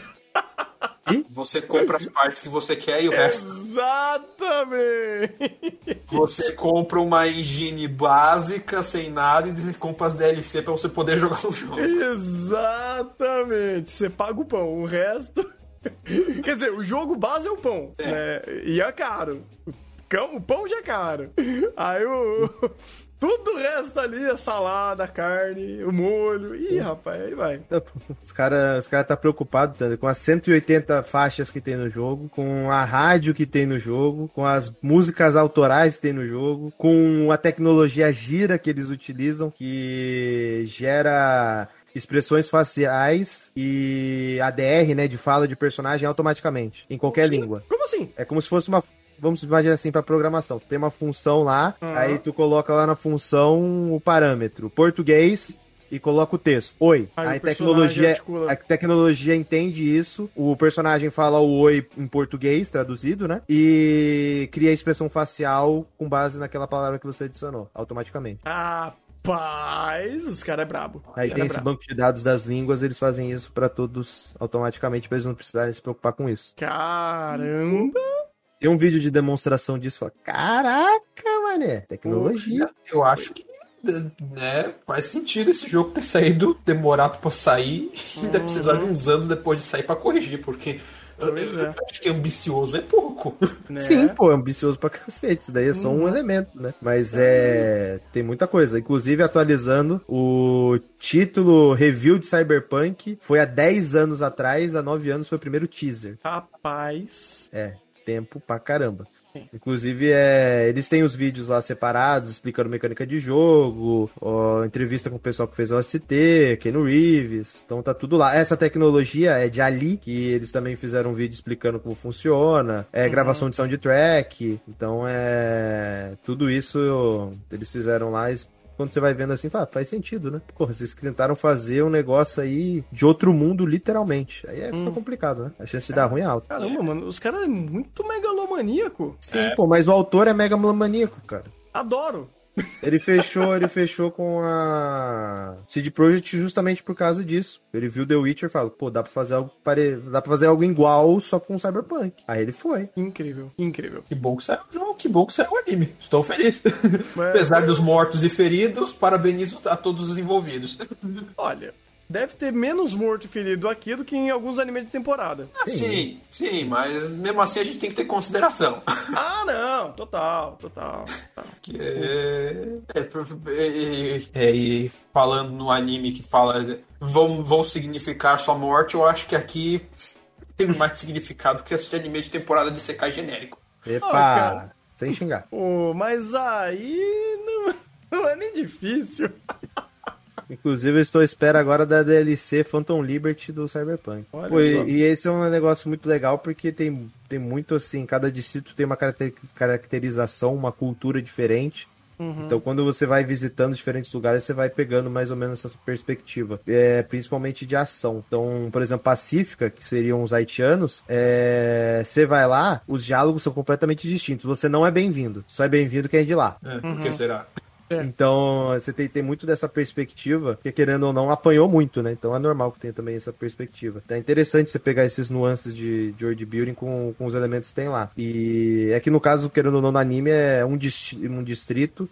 Você compra as partes que você quer e o resto. Exatamente! Você compra uma engine básica, sem nada, e compra as D L C pra você poder jogar no jogo. Exatamente! Você paga o pão, o resto... Quer dizer, o jogo base é o pão, É. né? E é caro. O cão- O pão já é caro. Aí o... Tudo o resto ali, a salada, a carne, o molho. Ih, rapaz, aí vai. Os caras os cara tá preocupados, Thunder, com as cento e oitenta faixas que tem no jogo, com a rádio que tem no jogo, com as músicas autorais que tem no jogo, com a tecnologia gira que eles utilizam, que gera expressões faciais e A D R, né, de fala de personagem automaticamente, em qualquer língua. Como assim? É como se fosse uma... Vamos imaginar assim para programação. Tu tem uma função lá, Uhum. aí tu coloca lá na função o parâmetro português e coloca o texto. Oi. Aí Aí o a personagem tecnologia, articula. a tecnologia entende isso. O personagem fala o oi em português, traduzido, né? E cria a expressão facial com base naquela palavra que você adicionou, automaticamente. Rapaz, os caras é brabo. Aí Cara tem é esse brabo. banco de dados das línguas, eles fazem isso para todos automaticamente, para eles não precisarem se preocupar com isso. Caramba! Tem um vídeo de demonstração disso, fala, caraca, mané, tecnologia. Eu acho que né, faz sentido esse jogo ter saído demorado pra sair e ainda precisar de uns anos depois de sair pra corrigir, porque eu, Pois eu é. acho que ambicioso é pouco. Né? Sim, pô, é ambicioso pra cacete, isso daí é só um Uhum. elemento, né? Mas é... tem muita coisa, inclusive atualizando, o título review de Cyberpunk foi há dez anos atrás, há nove anos foi o primeiro teaser. Rapaz. É, tempo pra caramba. Sim. Inclusive, é, eles têm os vídeos lá separados, explicando mecânica de jogo, ó, entrevista com o pessoal que fez o O S T, Keanu Reeves, então tá tudo lá. Essa tecnologia é de Ali, que eles também fizeram um vídeo explicando como funciona, é Uhum. gravação de soundtrack, então é... tudo isso eles fizeram lá, quando você vai vendo assim, fala, faz sentido, né? Porra, vocês tentaram fazer um negócio aí de outro mundo, literalmente. Aí é, fica Hum. complicado, né? A chance de dar ruim é alta. Caramba, mano, os caras é muito megalomaníaco. Sim, É. pô, mas o autor é megalomaníaco, cara. Adoro. Ele fechou, ele fechou com a C D Projekt justamente por causa disso. Ele viu The Witcher e falou, pô, dá pra fazer algo pare... dá pra fazer algo igual, só com Cyberpunk. Aí ele foi. Incrível, incrível. Que bom que saiu o jogo, que bom que saiu o anime. Estou feliz. Mas- Apesar dos mortos e feridos, parabenizo a todos os envolvidos. Olha, deve ter menos morto e ferido aqui do que em alguns animes de temporada. Sim, sim, mas mesmo assim a gente tem que ter consideração. Ah, não, total, total. total. Que é, é, é, é, e falando no anime que fala vão, vão significar sua morte, eu acho que aqui tem mais significado que esse anime de temporada de C K genérico. Epa, Ó, cara. sem xingar. Pô, mas aí não, não é nem difícil. Inclusive, eu estou à espera agora da D L C Phantom Liberty do Cyberpunk. Olha Pô, só. e, e esse é um negócio muito legal porque tem, tem muito assim, cada distrito tem uma caracter- caracterização, uma cultura diferente. Uhum. Então, quando você vai visitando diferentes lugares, você vai pegando mais ou menos essa perspectiva, é, principalmente de ação. Então, por exemplo, Pacífica, que seriam os haitianos, é, você vai lá, os diálogos são completamente distintos. Você não é bem-vindo, só é bem-vindo quem é de lá. É, Por que será? É. Então, você tem, tem muito dessa perspectiva, que querendo ou não, apanhou muito, né? Então é normal que tenha também essa perspectiva. Então é interessante você pegar esses nuances de, de world building com, com os elementos que tem lá. E é que no caso, querendo ou não, no anime é um, distri- um distrito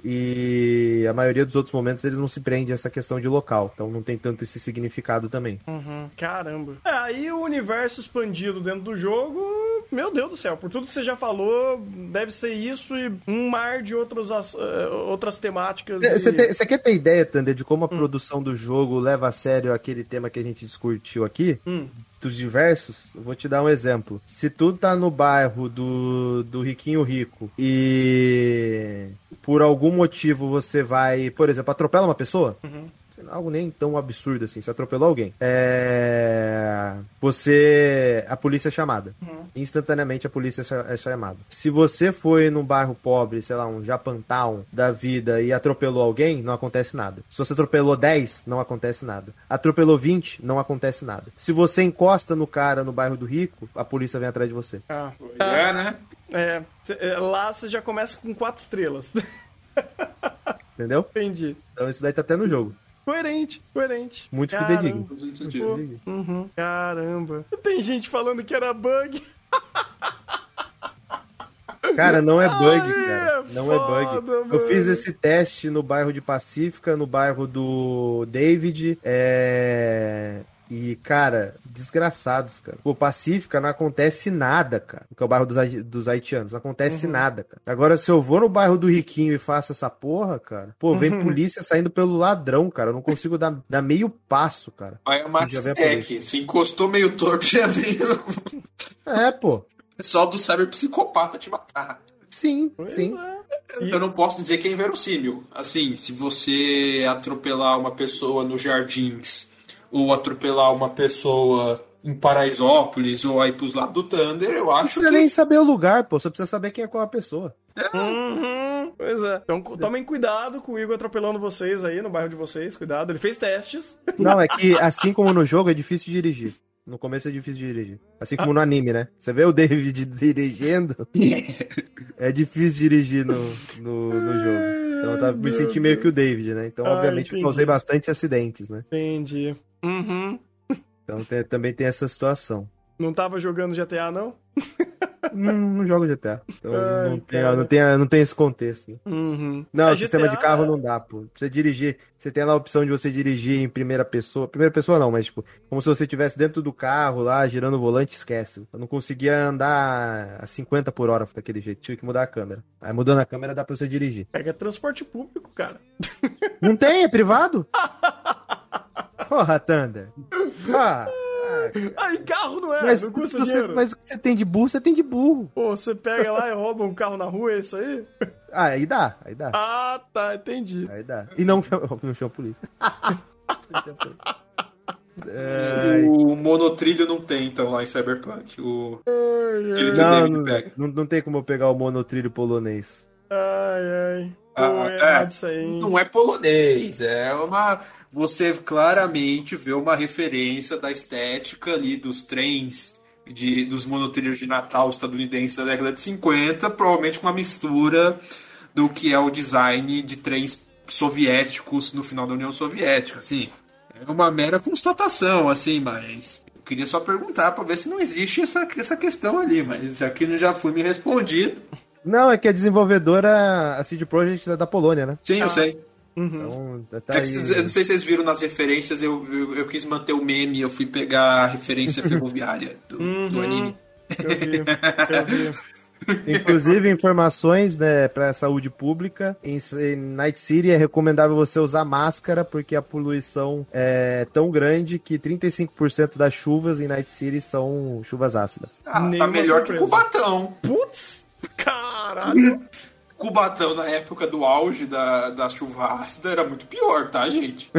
e a maioria dos outros momentos eles não se prende a essa questão de local. Então não tem tanto esse significado também. Uhum, caramba. É, aí o universo expandido dentro do jogo, meu Deus do céu, por tudo que você já falou, deve ser isso e um mar de outros, ass- eh, outras temáticas. Você e- tem- você quer ter ideia, Thunder, de como a produção do jogo leva a sério aquele tema que a gente discutiu aqui? Hum. conflitos diversos, eu vou te dar um exemplo. Se tu tá no bairro do, do riquinho rico e por algum motivo você vai, por exemplo, atropela uma pessoa, uhum. Algo nem tão absurdo assim, você atropelou alguém, é... você, a polícia é chamada, uhum. Instantaneamente a polícia é chamada. Se você foi num bairro pobre, sei lá, um Japantown da vida e atropelou alguém, não acontece nada. Se você atropelou dez, não acontece nada. Atropelou vinte, não acontece nada. Se você encosta no cara no bairro do rico, a polícia vem atrás de você. Ah, é, né? É, lá você já começa com quatro estrelas. Entendeu? Entendi. Então isso daí tá até no jogo. Coerente, coerente. Muito fidedigno. Uhum. Caramba. Tem gente falando que era bug. Cara, não é bug, Ai, cara. Não foda, é bug. Mano. Eu fiz esse teste no bairro de Pacífica, no bairro do David. É... E, cara, desgraçados, cara. Pô, Pacífica não acontece nada, cara. Que é o bairro dos, dos haitianos. Não acontece uhum. nada, cara. Agora, se eu vou no bairro do Riquinho e faço essa porra, cara, pô, vem uhum. polícia saindo pelo ladrão, cara. Eu não consigo dar, dar meio passo, cara. Olha o Mastec. Se encostou meio torto, já veio. É, pô. O pessoal do cyberpsicopata te matar. Sim, pois sim. É. Eu não posso dizer que é inverossímil. Assim, se você atropelar uma pessoa nos jardins ou atropelar uma pessoa em Paraisópolis ou aí pros lados do Thunder, eu acho que... Não precisa que... nem saber o lugar, pô. Só precisa saber quem é qual a pessoa. É. Uhum. Pois é. Então tomem cuidado com o Igor atropelando vocês aí no bairro de vocês. Cuidado, ele fez testes. Não, é que assim como no jogo é difícil de dirigir. No começo é difícil de dirigir. Assim como ah. no anime, né? Você vê o David dirigindo, é difícil dirigir no, no, no jogo. Então eu tava, me senti meio que o David, né? Então, ah, obviamente, eu causei bastante acidentes, né? Entendi. Uhum. Então tem, também tem essa situação. Não tava jogando G T A, não? Não, não jogo G T A. Então Ai, não, tem, não, tem, não tem esse contexto. Né? Uhum. Não, a o sistema G T A... de carro não dá, pô. Você dirigir, você tem lá a opção de você dirigir em primeira pessoa. Primeira pessoa não, mas tipo, como se você estivesse dentro do carro lá, girando o volante, esquece. Eu não conseguia andar a cinquenta por hora daquele jeito. Tive que mudar a câmera. Aí mudando a câmera dá pra você dirigir. Pega transporte público, cara. Não tem, é privado? Porra, Thunder. Ah. Aí carro não é, mas, não custa você, dinheiro. Mas o que você tem de burro, você tem de burro. Pô, você pega lá e rouba um carro na rua, é isso aí? Ah, aí dá, aí dá. Ah, tá, entendi. Aí dá. E não, não chama a polícia. É... O monotrilho não tem, então, lá em Cyberpunk. O trilho que o David pega. Não, não tem como eu pegar o monotrilho polonês. Ai, ai. Pô, ah, é, é, isso aí. Não é polonês, é uma... Você claramente vê uma referência da estética ali dos trens, de, dos monotrilhos de Natal estadunidenses da década de cinquenta, provavelmente com uma mistura do que é o design de trens soviéticos no final da União Soviética, assim. É uma mera constatação, assim, mas eu queria só perguntar para ver se não existe essa, essa questão ali, mas já que já foi me respondido. Não, é que a desenvolvedora, a C D Projekt é da Polônia, né? Sim, eu ah. sei. Uhum. Então, tá é aí... Eu não sei se vocês viram nas referências, eu, eu, eu quis manter o meme, eu fui pegar a referência ferroviária do, uhum. do anime. Eu vi, eu vi. Inclusive, informações, né, para saúde pública. Em, em Night City é recomendável você usar máscara, porque a poluição é tão grande que trinta e cinco por cento das chuvas em Night City são chuvas ácidas. Ah, tá melhor surpresa. Que Cubatão. Putz, caralho. Cubatão, na época do auge da, da chuva ácida, era muito pior, tá, gente?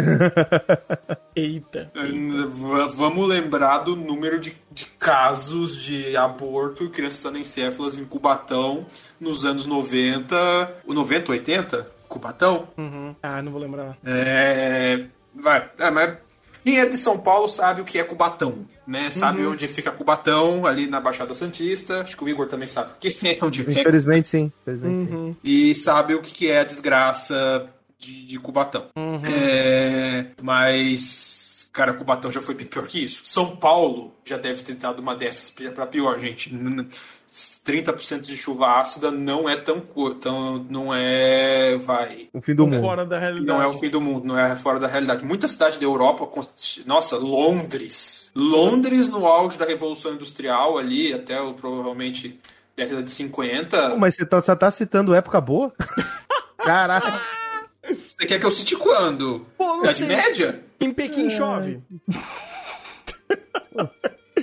Eita. Vamos lembrar do número de, de casos de aborto e crianças anencéfalas em Cubatão nos anos noventa. O noventa, oitenta? Cubatão? Uhum. Ah, não vou lembrar. É. Vai. É, mas. Quem é de São Paulo sabe o que é Cubatão, né? Sabe uhum. onde fica Cubatão, ali na Baixada Santista. Acho que o Igor também sabe o que é onde fica. Infelizmente sim. Infelizmente, uhum. sim. E sabe o que é a desgraça de, de Cubatão. Uhum. É, mas, cara, Cubatão já foi bem pior que isso. São Paulo já deve ter dado uma dessas pra pior, gente. trinta por cento de chuva ácida não é tão curto, não é, vai... O fim do mundo. Fora da realidade. Não é o fim do mundo, não é fora da realidade. Muita cidade da Europa, nossa, Londres. Londres no auge da Revolução Industrial ali, até provavelmente década de cinquenta. Pô, mas você tá, você tá citando época boa? Caraca. Você quer que eu cite quando? Pô, não Idade sei. Média? Em Pequim é. chove.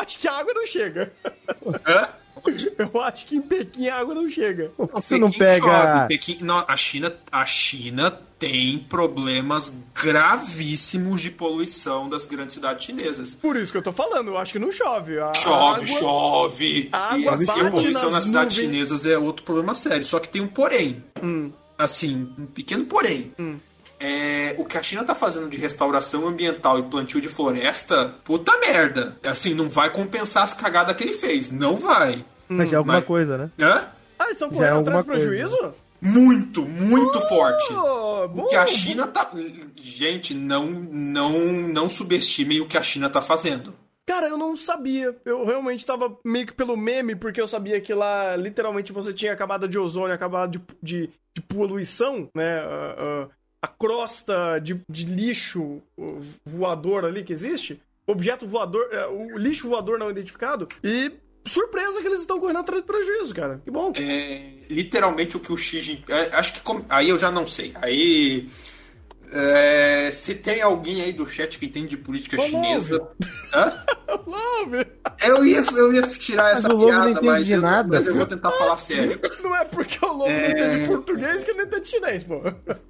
acho que a água não chega. Hã? Eu acho que em Pequim a água não chega. Você não pega... Chove, Pequim, não, a, China, a China tem problemas gravíssimos de poluição das grandes cidades chinesas. Por isso que eu tô falando, eu acho que não chove. A Chove, água, chove. A água e a, bate a poluição nas nas cidades nuvens. chinesas é outro problema sério. Só que tem um porém. Hum. Assim, um pequeno porém. Hum. É, o que a China tá fazendo de restauração ambiental e plantio de floresta, puta merda. Assim, não vai compensar as cagadas que ele fez. Não vai. Mas já é alguma Mas- coisa, né? Hã? Ah, eles estão Já é correndo alguma atrás do prejuízo? Muito, muito forte. Oh, O que a China tá... Gente, não, não, não subestimem o que a China tá fazendo. Cara, eu não sabia. Eu realmente tava meio que pelo meme, porque eu sabia que lá, literalmente, você tinha acabado de ozônio, acabado de, de, de poluição, né? A, a, a crosta de, de lixo voador ali que existe. Objeto voador, o lixo voador não identificado. E surpresa que eles estão correndo atrás de prejuízo, cara. Que bom. É, literalmente o que o Xi Jinping... é, acho que... com- Aí eu já não sei. Aí... é, se tem alguém aí do chat que entende de política Ô, chinesa... Hã? Love! Eu ia, eu ia tirar Mas essa o Lobo não piada, entende mas, de eu, nada. mas eu vou tentar falar sério. Não é porque o Lobo É. não entende português que ele não entende chinês, pô.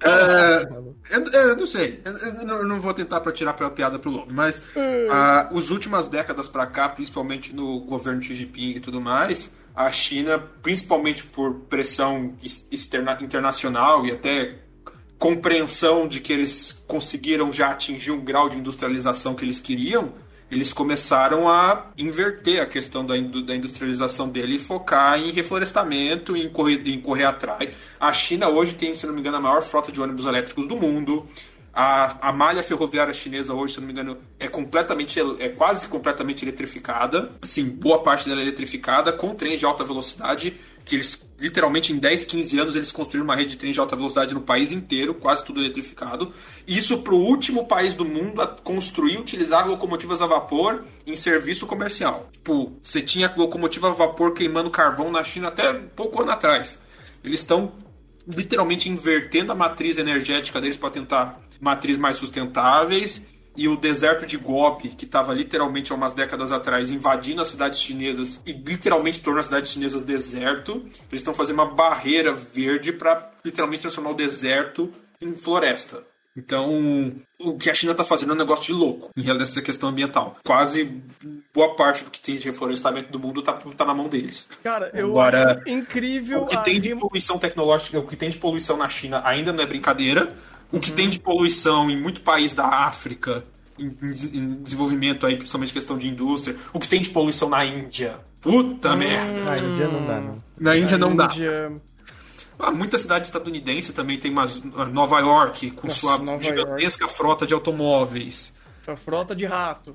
É, eu, eu não sei, eu, eu não, eu não vou tentar pra tirar a piada pro Lobo, mas ah, as últimas décadas pra cá, principalmente no governo Xi Jinping e tudo mais, a China, principalmente por pressão externa, internacional e até compreensão de que eles conseguiram já atingir um grau de industrialização que eles queriam, eles começaram a inverter a questão da, da industrialização dele e focar em reflorestamento, em correr, em correr atrás. A China hoje tem, se não me engano, a maior frota de ônibus elétricos do mundo. A, a malha ferroviária chinesa hoje, se não me engano, é completamente, é quase completamente eletrificada. Assim, boa parte dela é eletrificada, com trens de alta velocidade, que eles, literalmente, em dez, quinze anos, eles construíram uma rede de trens de alta velocidade no país inteiro, quase tudo eletrificado. Isso para o último país do mundo a construir e utilizar locomotivas a vapor em serviço comercial. Tipo, você tinha locomotiva a vapor queimando carvão na China até pouco ano atrás. Eles estão literalmente invertendo a matriz energética deles para tentar matriz mais sustentáveis, e o deserto de Gobi, que estava literalmente há umas décadas atrás invadindo as cidades chinesas e literalmente tornando as cidades chinesas deserto, eles estão fazendo uma barreira verde para literalmente transformar o deserto em floresta. Então, o que a China está fazendo é um negócio de louco em relação a essa questão ambiental. Quase boa parte do que tem de reflorestamento do mundo está tá na mão deles. Cara, eu Agora, acho incrível O que a tem de rem- poluição tecnológica, o que tem de poluição na China ainda não é brincadeira. O que tem de poluição em muito país da África, em, em- em desenvolvimento aí, principalmente questão de indústria. O que tem de poluição na Índia. Puta merda. Na Índia não dá, não. Na Índia não dá. Índia- Ah, muita cidade estadunidense também tem umas. Nova York, com Nossa, sua Nova gigantesca frota de automóveis. A frota de rato.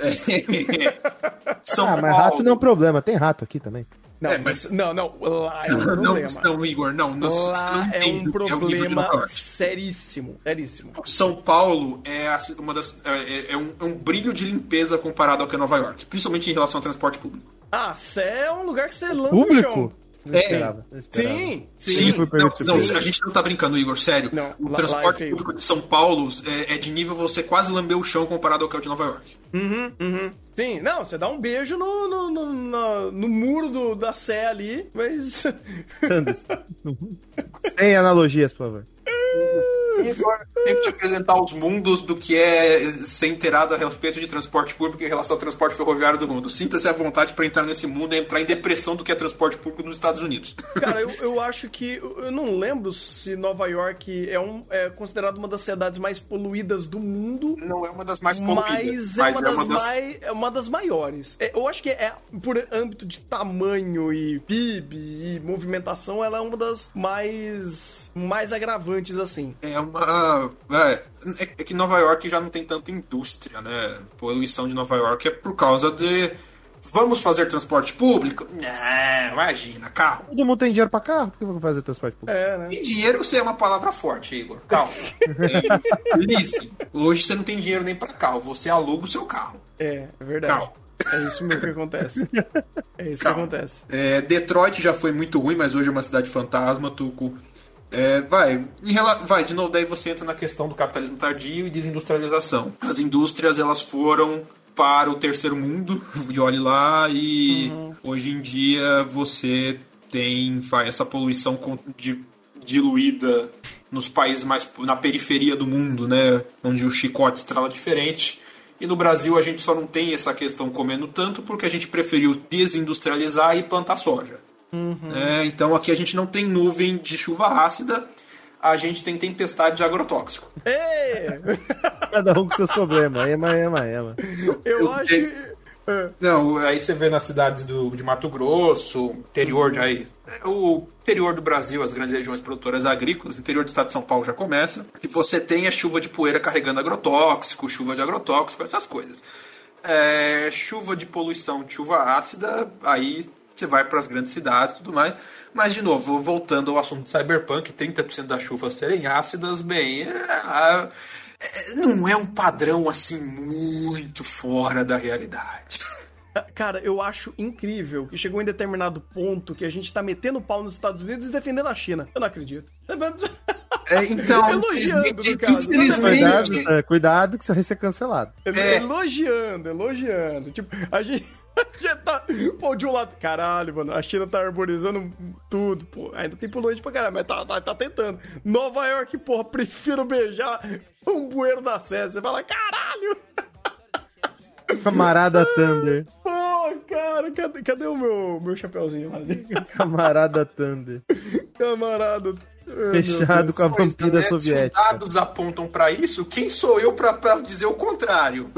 São Ah, mas Paulo. rato não é um problema. Tem rato aqui também. Não, É, mas... mas- não, não, lá é um Não, problema. não, Igor, não. não você Lá não é entende um o que é o nível de Nova problema York. seríssimo, seríssimo. São Paulo é a- uma das é, é um, é um brilho de limpeza comparado ao que é Nova York, principalmente em relação ao transporte público. Ah, Sé é um lugar que você lambe o Público? chão. Não É. esperava. Não esperava. Sim, Sim, sim. foi não, perdido não, surpresa. a gente não tá brincando, Igor, sério. Não, o lá- lá é transporte feio. público de São Paulo é, é de nível você quase lamber o chão comparado ao que é o de Nova York. Uhum, uhum. Sim, não, você dá um beijo no, no, no, no- no muro do, da Sé ali, mas... Sem analogias, por favor. Igor, tenho que te apresentar os mundos do que é ser inteirado a respeito de transporte público em relação ao transporte ferroviário do mundo. Sinta-se à vontade para entrar nesse mundo e entrar em depressão do que é transporte público nos Estados Unidos. Cara, eu, eu acho que... Eu não lembro se Nova York é, um, é considerado uma das cidades mais poluídas do mundo, Não é uma das mais poluídas, mas é uma, das mai- é uma das maiores. É, eu acho que é, por âmbito de tamanho e P I B e movimentação, ela é uma das mais, mais agravantes, assim. É uma. É, é que Nova York já não tem tanta indústria, né? A poluição de Nova York é por causa de. Vamos fazer transporte público? Não, imagina, carro. Todo mundo tem dinheiro pra carro? Por que eu vou fazer transporte público? É, né? E dinheiro você é uma palavra forte, Igor. Calma. É, Listen, hoje você não tem dinheiro nem pra carro, você aluga o seu carro. É, é verdade. Calma. É isso mesmo que acontece. É isso Calma. que acontece. É, Detroit já foi muito ruim, mas hoje é uma cidade fantasma, Tuco. É, vai, em rela- vai, de novo, daí você entra na questão do capitalismo tardio e desindustrialização. As indústrias, elas foram para o terceiro mundo, e olhe lá, e uhum. hoje em dia você tem vai, essa poluição de, diluída nos países mais na periferia do mundo, né, onde o chicote estrala diferente. E no Brasil a gente só não tem essa questão comendo tanto porque a gente preferiu desindustrializar e plantar soja. Uhum. É, então aqui a gente não tem nuvem de chuva ácida, a gente tem tempestade de agrotóxico. Ei! Cada um com seus problemas. Ema, ema, ema. Eu, Eu acho... Te... Não, aí você vê nas cidades do, de Mato Grosso, interior de aí, o interior do Brasil, as grandes regiões produtoras agrícolas, interior do estado de São Paulo já começa, que você tem a chuva de poeira carregando agrotóxico, chuva de agrotóxico, essas coisas. É, chuva de poluição, chuva ácida, aí você vai para as grandes cidades e tudo mais. Mas, de novo, voltando ao assunto de Cyberpunk, trinta por cento das chuvas serem ácidas, bem, é, é, não é um padrão, assim, muito fora da realidade. Cara, eu acho incrível que chegou em determinado ponto que a gente tá metendo pau nos Estados Unidos e defendendo a China. Eu não acredito. É, então, elogiando, no caso. Cuidado, é, cuidado que você vai ser cancelado. É. Elogiando, elogiando. Tipo, a gente... Já tá, pô, de um lado, caralho, mano, a China tá arborizando tudo, pô, ainda tem poluente pra caralho, mas tá, tá, tá tentando. Nova York, porra, prefiro beijar um bueiro da Sé, você fala, caralho! Camarada Thunder. Pô, cara, cadê, cadê o meu, meu chapeuzinho lá? Camarada Thunder. Camarada fechado com a vampira né? soviética. Se os dados apontam pra isso, quem sou eu pra, pra dizer o contrário?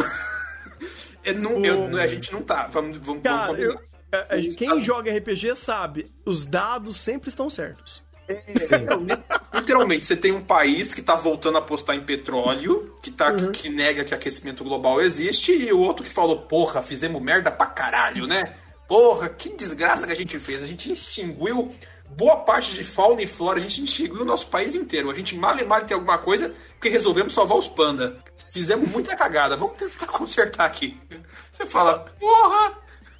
Eu não, eu, a gente não tá. Vamos, vamos, Cara, vamos eu, a, a, quem tá... joga R P G sabe, os dados sempre estão certos. É, literalmente, você tem um país que tá voltando a apostar em petróleo, que, tá, uhum. que, que nega que aquecimento global existe, e o outro que falou, porra, fizemos merda pra caralho, né? Porra, que desgraça que a gente fez. A gente extinguiu boa parte de fauna e flora, a gente extinguiu o nosso país inteiro. A gente mal e mal tem alguma coisa porque resolvemos salvar os panda. Fizemos muita cagada, vamos tentar consertar aqui. Você fala, porra!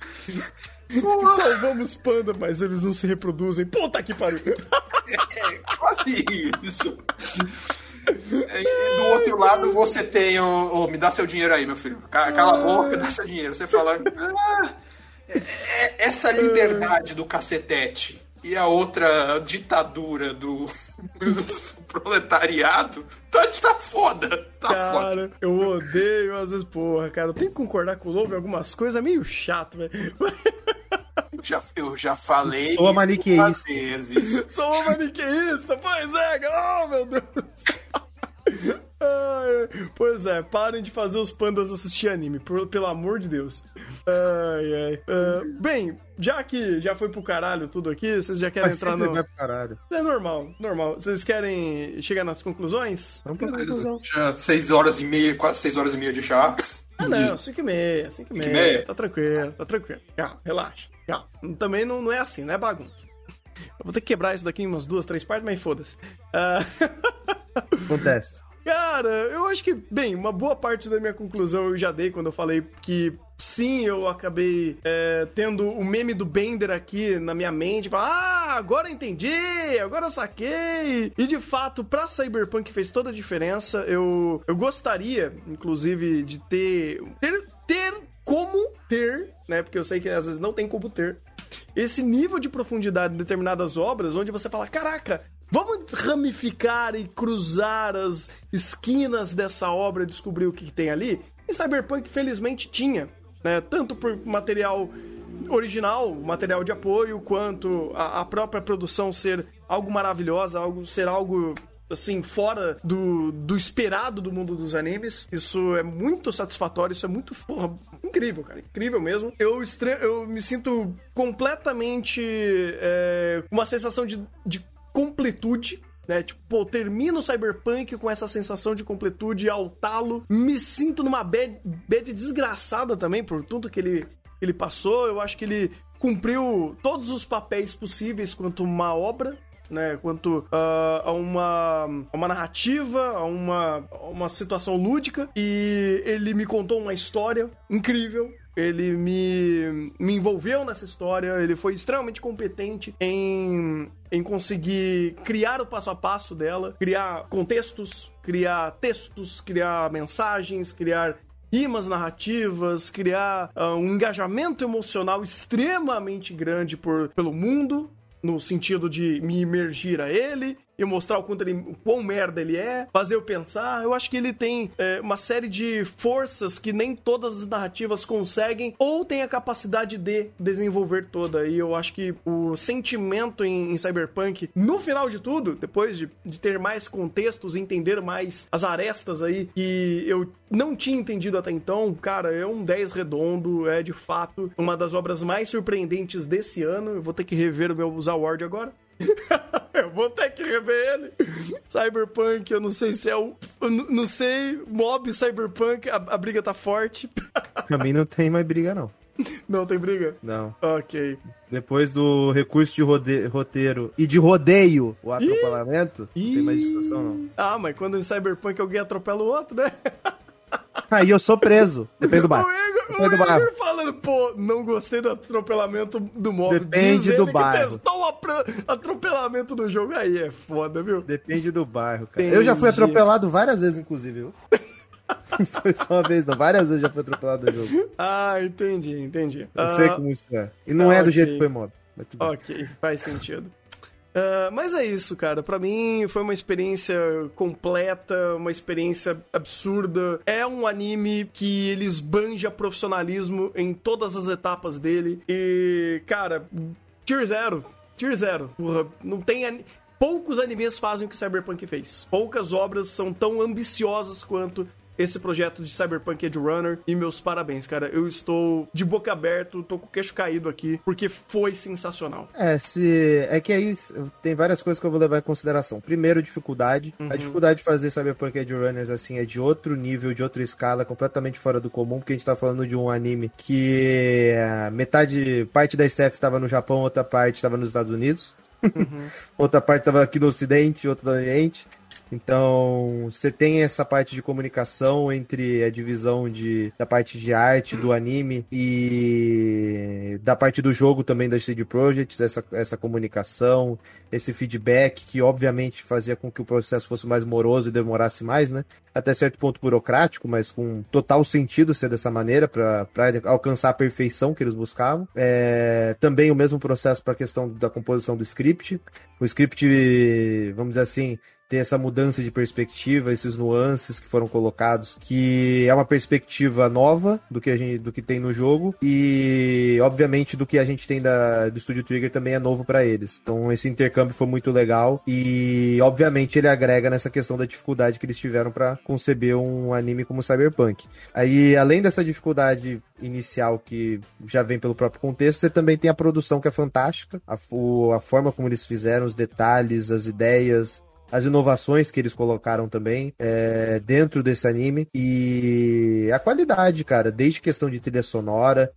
porra. Salvamos panda, mas eles não se reproduzem. Puta que pariu! É, quase isso. E do outro lado você tem o, o me dá seu dinheiro aí, meu filho. Cala a boca, dá seu dinheiro. Você fala, ah, é, essa liberdade do cacetete e a outra ditadura do, do proletariado tá, tá foda. Tá cara, foda. Eu odeio às vezes, porra, cara. Eu tenho que concordar com o Lobo em algumas coisas, é meio chato, velho. Eu já, eu já falei. Sou maniqueísta. Sou maniqueísta, pois é, oh meu Deus. Ai, pois é, parem de fazer os pandas assistir anime, por, pelo amor de Deus. Ai, ai. Uh, bem, já que já foi pro caralho tudo aqui, vocês já querem Mas entrar no... vai pro caralho. É normal, normal. Vocês querem chegar nas conclusões? Vamos pra conclusão. Já seis horas e meia, quase seis horas e meia de chá. Ah não, cinco e meia, cinco e meia. Tá tranquilo, tá tranquilo. Calma, relaxa. Calma. Também não, não é assim, não é bagunça. Eu vou ter que quebrar isso daqui em umas duas, três partes, mas foda-se. Uh... Acontece. Cara, eu acho que, bem, uma boa parte da minha conclusão eu já dei quando eu falei que sim, eu acabei é, tendo o meme do Bender aqui na minha mente. Falar, ah, agora entendi, agora eu saquei. E de fato, pra Cyberpunk fez toda a diferença. Eu, eu gostaria, inclusive, de ter, ter, ter como ter, né? Porque eu sei que às vezes não tem como ter esse nível de profundidade em determinadas obras, onde você fala, caraca, vamos ramificar e cruzar as esquinas dessa obra e descobrir o que tem ali? E Cyberpunk, felizmente, tinha, né? Tanto por material original, material de apoio, quanto a, a própria produção ser algo maravilhosa, algo, ser algo, assim, fora do, do esperado do mundo dos animes. Isso é muito satisfatório, isso é muito, porra, incrível, cara, incrível mesmo. Eu, estre... eu me sinto completamente é, uma sensação de, de completude, né? Tipo, pô, termino o Cyberpunk com essa sensação de completude ao talo. Me sinto numa bad, bad desgraçada também, por tudo que ele, ele passou. Eu acho que ele cumpriu todos os papéis possíveis quanto uma obra, né? Quanto uh, a, uma, a uma narrativa, a uma, a uma situação lúdica. E ele me contou uma história incrível. Ele me, me envolveu nessa história, ele foi extremamente competente em, em conseguir criar o passo a passo dela, criar contextos, criar textos, criar mensagens, criar rimas narrativas, criar uh, um engajamento emocional extremamente grande por, pelo mundo, no sentido de me imergir a ele e mostrar o quanto ele, o quão merda ele é, fazer eu pensar. Eu acho que ele tem é, uma série de forças que nem todas as narrativas conseguem ou tem a capacidade de desenvolver toda. E eu acho que o sentimento em, em Cyberpunk, no final de tudo, depois de, de ter mais contextos, entender mais as arestas aí que eu não tinha entendido até então, cara, é um dez redondo, é de fato uma das obras mais surpreendentes desse ano. Eu vou ter que rever o meu Zaward agora. Eu vou ter que rever ele. Cyberpunk, eu não sei se é o... Eu n- não sei, Mob, Cyberpunk, a, a briga tá forte. Pra mim não tem mais briga, não. Não tem briga? Não. Ok. Depois do recurso de rode... roteiro e de rodeio, o atropelamento, Ih. não tem mais discussão, não. Ah, mas quando em Cyberpunk alguém atropela o outro, né? Aí eu sou preso. Depende do bairro. O Igor, Depende o do bairro. Igor falando, pô, não gostei do atropelamento do Mob. Depende Diz do ele bairro. Que testou o apro- atropelamento do jogo. Aí é foda, viu? Depende do bairro, cara. Entendi. Eu já fui atropelado várias vezes, inclusive, viu? Não foi só uma vez, não. Várias vezes já fui atropelado no jogo. Ah, entendi, entendi. Eu Ah, sei como isso é. E não ah, é do ok. jeito que foi mob. Mas tudo bem. Ok, faz sentido. Uh, mas é isso, cara. Pra mim foi uma experiência completa, uma experiência absurda. É um anime que ele esbanja profissionalismo em todas as etapas dele. E, cara, tier zero. Tier zero. Porra, não tem... Ani... Poucos animes fazem o que Cyberpunk fez. Poucas obras são tão ambiciosas quanto esse projeto de Cyberpunk Edge Runner. E meus parabéns, cara. Eu estou de boca aberta, tô com o queixo caído aqui, porque foi sensacional. É, se... é que aí tem várias coisas que eu vou levar em consideração. Primeiro, dificuldade. Uhum. A dificuldade de fazer Cyberpunk Edge Runners, assim, é de outro nível, de outra escala, completamente fora do comum, porque a gente tá falando de um anime que metade, parte da staff tava no Japão, outra parte tava nos Estados Unidos. Uhum. Outra parte tava aqui no Ocidente, outra no Oriente. Então, você tem essa parte de comunicação entre a divisão de, da parte de arte do anime e da parte do jogo também da C D Projekt, essa, essa comunicação, esse feedback que obviamente fazia com que o processo fosse mais moroso e demorasse mais, né? Até certo ponto burocrático, mas com total sentido ser dessa maneira para alcançar a perfeição que eles buscavam. É, também o mesmo processo para a questão da composição do script. O script, vamos dizer assim, ter essa mudança de perspectiva, esses nuances que foram colocados, que é uma perspectiva nova do que a gente, do que tem no jogo e, obviamente, do que a gente tem da, do Studio Trigger também é novo para eles. Então, esse intercâmbio foi muito legal e, obviamente, ele agrega nessa questão da dificuldade que eles tiveram para conceber um anime como Cyberpunk. Aí, além dessa dificuldade inicial que já vem pelo próprio contexto, você também tem a produção que é fantástica, a, o, a forma como eles fizeram, os detalhes, as ideias, as inovações que eles colocaram também é, dentro desse anime e a qualidade, cara, desde questão de trilha sonora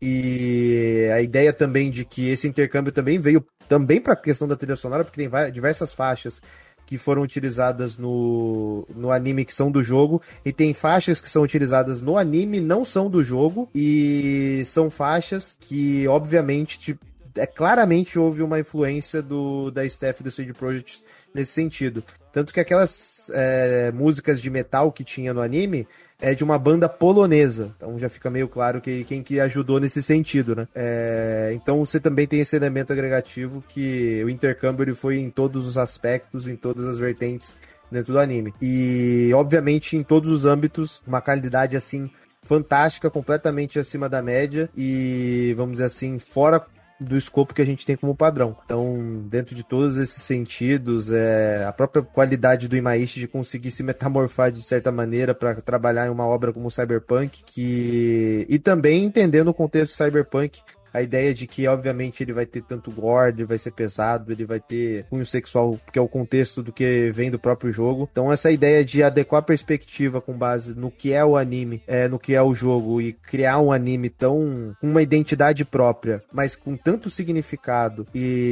e a ideia também de que esse intercâmbio também veio também para a questão da trilha sonora, porque tem diversas faixas que foram utilizadas no, no anime que são do jogo, e tem faixas que são utilizadas no anime, não são do jogo, e são faixas que, obviamente, tipo, é, claramente houve uma influência do, da staff do C D Projekt nesse sentido. Tanto que aquelas é, músicas de metal que tinha no anime é de uma banda polonesa. Então já fica meio claro que quem que ajudou nesse sentido, né? É, então você também tem esse elemento agregativo que o intercâmbio ele foi em todos os aspectos, em todas as vertentes dentro do anime. E, obviamente, em todos os âmbitos, uma qualidade, assim, fantástica, completamente acima da média e, vamos dizer assim, fora do escopo que a gente tem como padrão. Então, dentro de todos esses sentidos, é, a própria qualidade do Imaishi de conseguir se metamorfar de certa maneira para trabalhar em uma obra como Cyberpunk, que e também entendendo o contexto Cyberpunk, a ideia de que, obviamente, ele vai ter tanto gore, ele vai ser pesado, ele vai ter cunho sexual, que é o contexto do que vem do próprio jogo. Então, essa ideia de adequar a perspectiva com base no que é o anime, é, no que é o jogo, e criar um anime tão com uma identidade própria, mas com tanto significado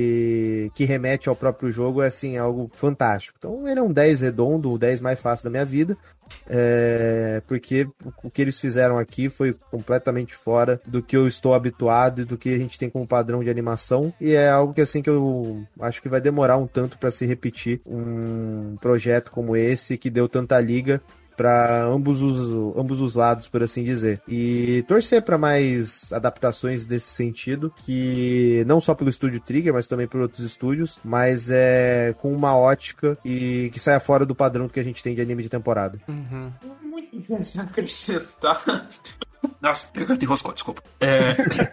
e que remete ao próprio jogo, é, assim, algo fantástico. Então, ele é um dez redondo, o dez mais fácil da minha vida. É, porque o que eles fizeram aqui foi completamente fora do que eu estou habituado e do que a gente tem como padrão de animação, e é algo que assim que eu acho que vai demorar um tanto para se repetir um projeto como esse que deu tanta liga para ambos os, ambos os lados, por assim dizer. E torcer para mais adaptações desse sentido, que não só pelo estúdio Trigger, mas também por outros estúdios, mas é com uma ótica e que saia fora do padrão que a gente tem de anime de temporada. Uhum. Muito bom acrescentar. Nossa, eu te roscou, desculpa. É...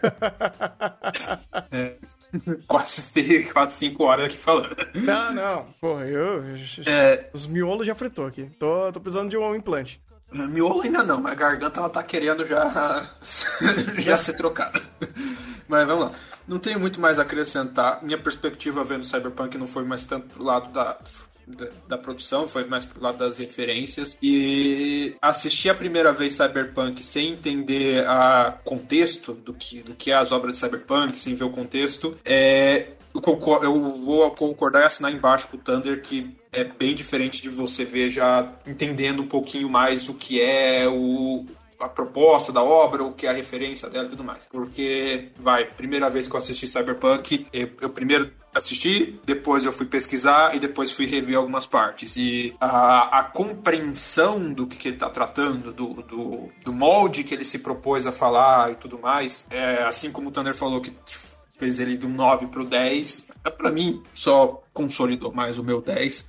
é... Quase ter quatro, cinco horas aqui falando. Não, não. Pô, eu... É... Os miolos já fritou aqui. Tô, tô precisando de um implante. Miolo ainda não, mas a garganta ela tá querendo já, já ser trocada. Mas vamos lá. Não tenho muito mais a acrescentar. Minha perspectiva vendo Cyberpunk não foi mais tanto pro lado da... Da, da produção, foi mais pro lado das referências, e assistir a primeira vez Cyberpunk sem entender o contexto do que, do que é as obras de Cyberpunk, sem ver o contexto, é, eu, concordo, eu vou concordar e assinar embaixo com o Thunder que é bem diferente de você ver já entendendo um pouquinho mais o que é o... a proposta da obra, o que é a referência dela e tudo mais. Porque, vai, primeira vez que eu assisti Cyberpunk, eu, eu primeiro assisti, depois eu fui pesquisar e depois fui rever algumas partes. E a, a compreensão do que, que ele está tratando, do, do, do molde que ele se propôs a falar e tudo mais, é, assim como o Thunder falou que fez ele do nove pro dez, pra mim só consolidou mais o meu dez,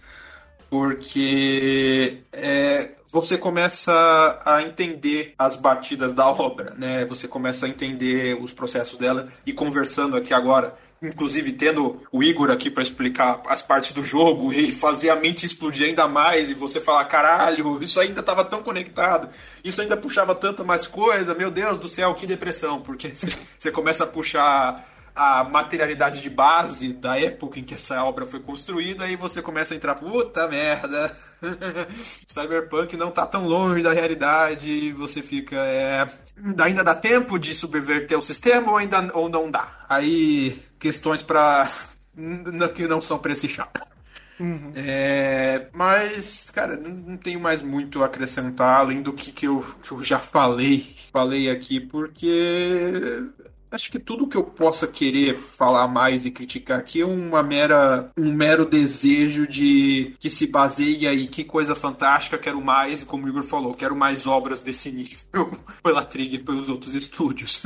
porque é, você começa a entender as batidas da obra, né? Você começa a entender os processos dela, e conversando aqui agora, inclusive tendo o Igor aqui para explicar as partes do jogo e fazer a mente explodir ainda mais, e você falar, caralho, isso ainda estava tão conectado, isso ainda puxava tanta mais coisa, meu Deus do céu, que depressão, porque você começa a puxar a materialidade de base da época em que essa obra foi construída, e você começa a entrar, puta merda, Cyberpunk não tá tão longe da realidade, e você fica, é, ainda dá tempo de subverter o sistema ou ainda ou não dá? Aí, questões pra, que não são pra esse chá. Uhum. É, mas, cara, não, não tenho mais muito a acrescentar, além do que, que, eu, que eu já falei, falei aqui, porque... acho que tudo que eu possa querer falar mais e criticar aqui é uma mera, um mero desejo de que se baseia em que coisa fantástica, quero mais, e como o Igor falou, quero mais obras desse nível pela Trigger e pelos outros estúdios.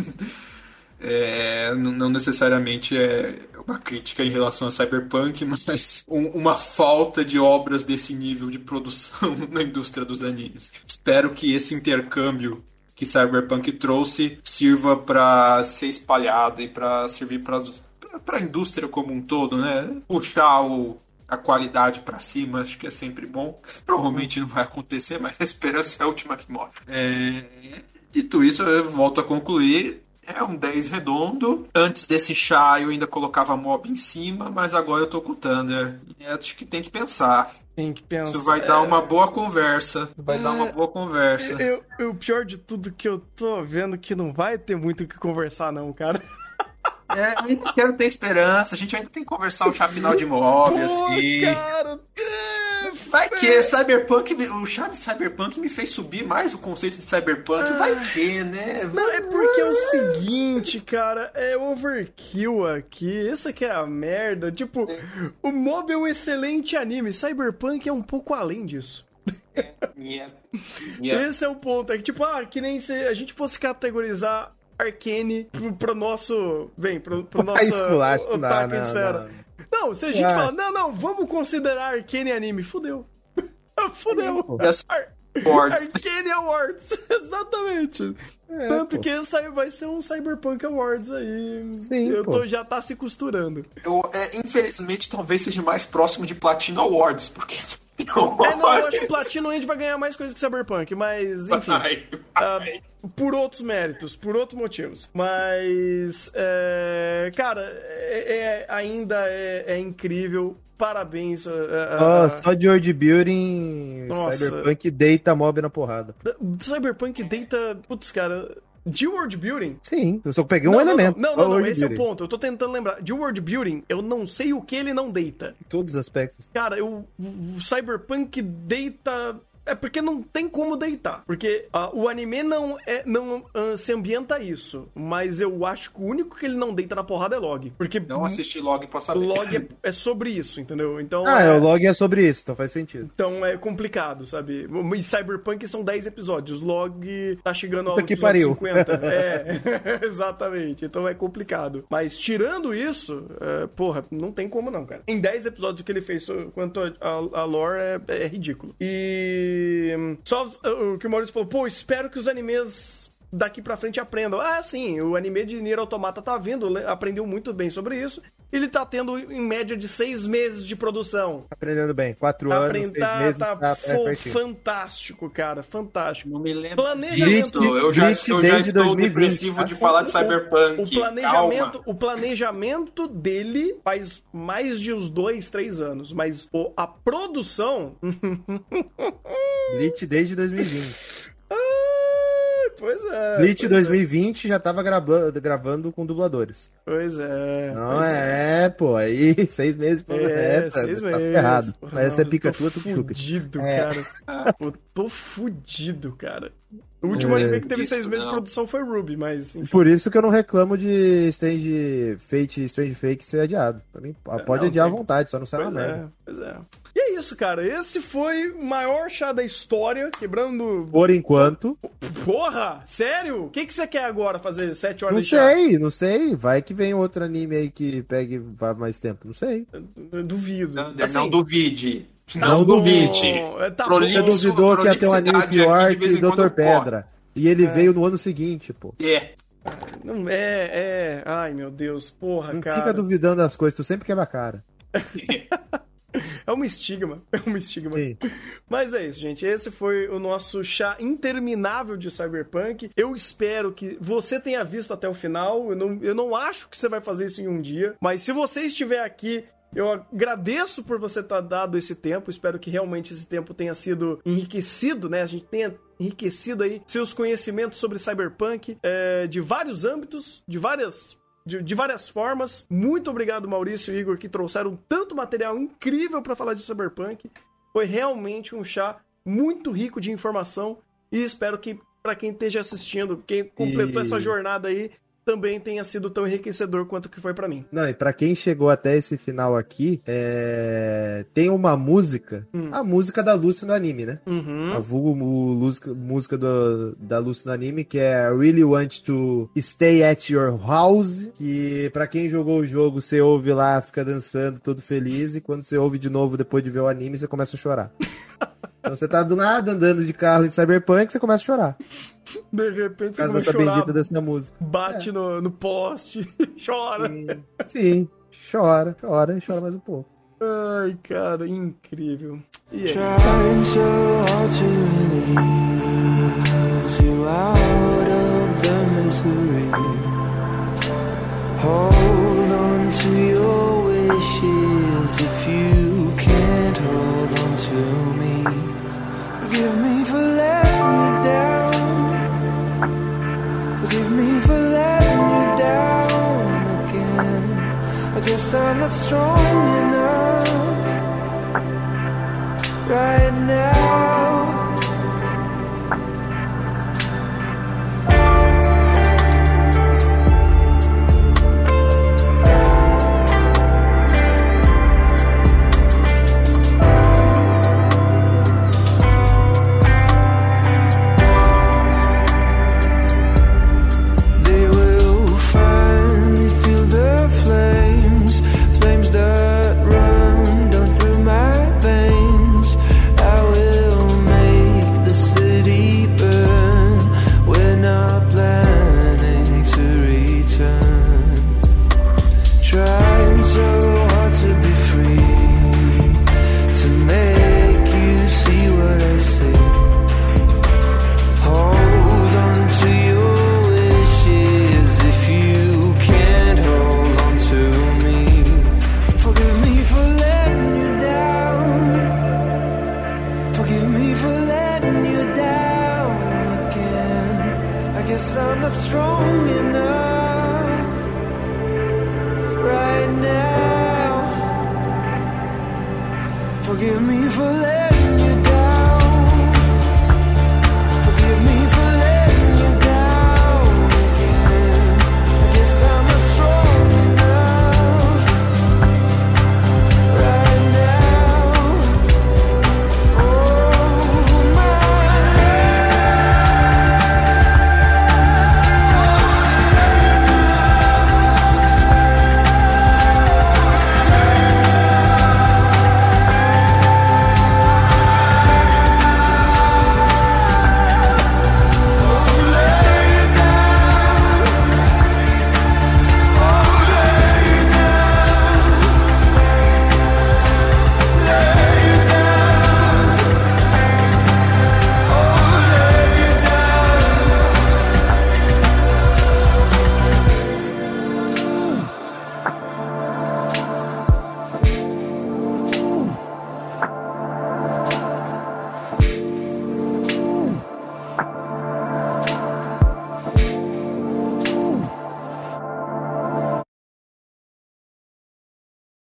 É, não necessariamente é uma crítica em relação a Cyberpunk, mas um, uma falta de obras desse nível de produção na indústria dos animes. Espero que esse intercâmbio que Cyberpunk trouxe sirva para ser espalhado e para servir para a indústria como um todo, né? Puxar o, a qualidade para cima, acho que é sempre bom. Provavelmente não vai acontecer, mas a esperança é a última que morre. É... Dito isso, eu volto a concluir. É um dez redondo. Antes desse chá eu ainda colocava mob em cima, mas agora eu tô com o Thunder. E acho que tem que pensar. Tem que pensar. Isso vai é... dar uma boa conversa. Vai é... dar uma boa conversa. Eu, eu, o pior de tudo que eu tô vendo que não vai ter muito o que conversar, não, cara. É, eu ainda quero ter esperança. A gente ainda tem que conversar o chá final de mob, Pô, assim. Cara. Vai que Cyberpunk, o chá de Cyberpunk me fez subir mais o conceito de Cyberpunk. Ah, vai que, né? Não, é porque é o seguinte, cara, é overkill aqui. Essa aqui é a merda. Tipo, é. O mob é um excelente anime. Cyberpunk é um pouco além disso. É, yeah. Yeah. Esse é o ponto. É que, tipo, ah, que nem se a gente fosse categorizar Arcane pro, pro nosso... Vem, pro, pro nosso Otaku Esfera. Não, não, se a gente ah. fala, não, não, vamos considerar Arcane anime, fudeu. Fudeu. Yes. Ar- Arcane Awards, exatamente. É, Tanto pô. que esse aí vai ser um Cyberpunk Awards aí. Sim, eu tô, já tá se costurando. Eu, é, infelizmente, talvez seja mais próximo de Platinum Awards, porque... É, não, eu acho que Platinum End vai ganhar mais coisa que Cyberpunk, mas, enfim. Vai, vai. Uh, por outros méritos, por outros motivos. Mas, é, cara, é, é, ainda é, é incrível. Parabéns. Uh, uh, oh, só de world building, nossa. Cyberpunk deita mob na porrada. Cyberpunk deita... Putz, cara... De world building? Sim, eu só peguei um não, elemento. Não, não, não, não esse building. É o ponto. Eu tô tentando lembrar. De world building, eu não sei o que ele não deita. Em todos os aspectos. Cara, eu, o Cyberpunk deita É porque não tem como deitar. Porque uh, o anime não, é, não uh, se ambienta isso. Mas eu acho que o único que ele não deita na porrada é Log. Porque não assisti Log pra saber. Log é, é sobre isso, entendeu? Então, ah, é, o Log é sobre isso, então faz sentido. Então é complicado, sabe? E Cyberpunk são dez episódios. Log tá chegando ao que pariu. cinquenta. É, exatamente. Então é complicado. Mas tirando isso, é, porra, não tem como não, cara. Em dez episódios que ele fez quanto a, a, a lore é, é ridículo. E só o que o Maurício falou, pô, espero que os animes daqui pra frente aprendam. Ah, sim, o anime de Nier Automata tá vindo, aprendeu muito bem sobre isso. Ele tá tendo, em média, de seis meses de produção. Aprendendo bem, quatro tá anos, aprend... seis meses. Tá, tá é, fantástico, cara, fantástico. Não me lembro. Planejamento... Glitch, eu já, eu já estou dois mil e vinte, depressivo tá? de falar de Cyberpunk. O, o, planejamento, o planejamento dele faz mais de uns dois, três anos, mas o, a produção... Glitch desde dois mil e vinte. Pois é. Bleach dois mil e vinte é. Já tava gravando, gravando com dubladores. Pois é. Não pois é, é, pô. Aí, seis meses pra é, é, seis tá meses. ferrado. Mas essa é pica tô tua, tu chuca. fudido, é. cara. Eu tô fudido, cara. O último é, anime que teve seis meses de produção foi Ruby, mas... Enfim. Por isso que eu não reclamo de Strange Fate, Strange Fake ser adiado. Pra mim, pode não, adiar tem... à vontade, só não sai uma merda. Pois é. E é isso, cara. Esse foi o maior chá da história, quebrando... Por enquanto. Porra! Sério? O que, que você quer agora fazer? Sete horas não de chá? Não sei, não sei. Vai que vem outro anime aí que pegue vá mais tempo. Não sei. Eu duvido. Não, assim, não duvide. Tá não bom. duvide. Tá Você duvidou que ia ter um anime pior que doutor Pedra. E ele é. veio no ano seguinte, pô. É. Não, é, é. Ai, meu Deus. Porra, não cara. Não fica duvidando das coisas. Tu sempre quebra a cara. É um estigma. É um estigma. Sim. Mas é isso, gente. Esse foi o nosso chá interminável de Cyberpunk. Eu espero que você tenha visto até o final. Eu não, eu não acho que você vai fazer isso em um dia. Mas se você estiver aqui... Eu agradeço por você ter dado esse tempo, espero que realmente esse tempo tenha sido enriquecido, né? A gente tenha enriquecido aí seus conhecimentos sobre Cyberpunk é, de vários âmbitos, de várias, de, de várias formas. Muito obrigado, Maurício e Igor, que trouxeram tanto material incrível para falar de Cyberpunk. Foi realmente um chá muito rico de informação e espero que para quem esteja assistindo, quem completou e... essa jornada aí, também tenha sido tão enriquecedor quanto que foi pra mim. Não, e pra quem chegou até esse final aqui, é... tem uma música, hum. a música da Lucy no anime, né? Uhum. A vulgo música, música do, da Lucy no anime, que é I Really Want to Stay at Your House, que pra quem jogou o jogo, você ouve lá, fica dançando, todo feliz, e quando você ouve de novo depois de ver o anime, você começa a chorar. Então você tá do nada andando de carro de Cyberpunk, você começa a chorar. De repente você começa a chorar. Bendita dessa música. Bate é. no, no poste, chora. Sim. Sim, chora, chora e chora mais um pouco. Ai, cara, incrível. E aí? Trying so hard to release you out of the misery. Hold on to your wishes if you can't hold on to me. Forgive me for letting you down. Forgive me for letting you down again. I guess I'm not strong enough right now. I'm not strong enough right now. Forgive me for letting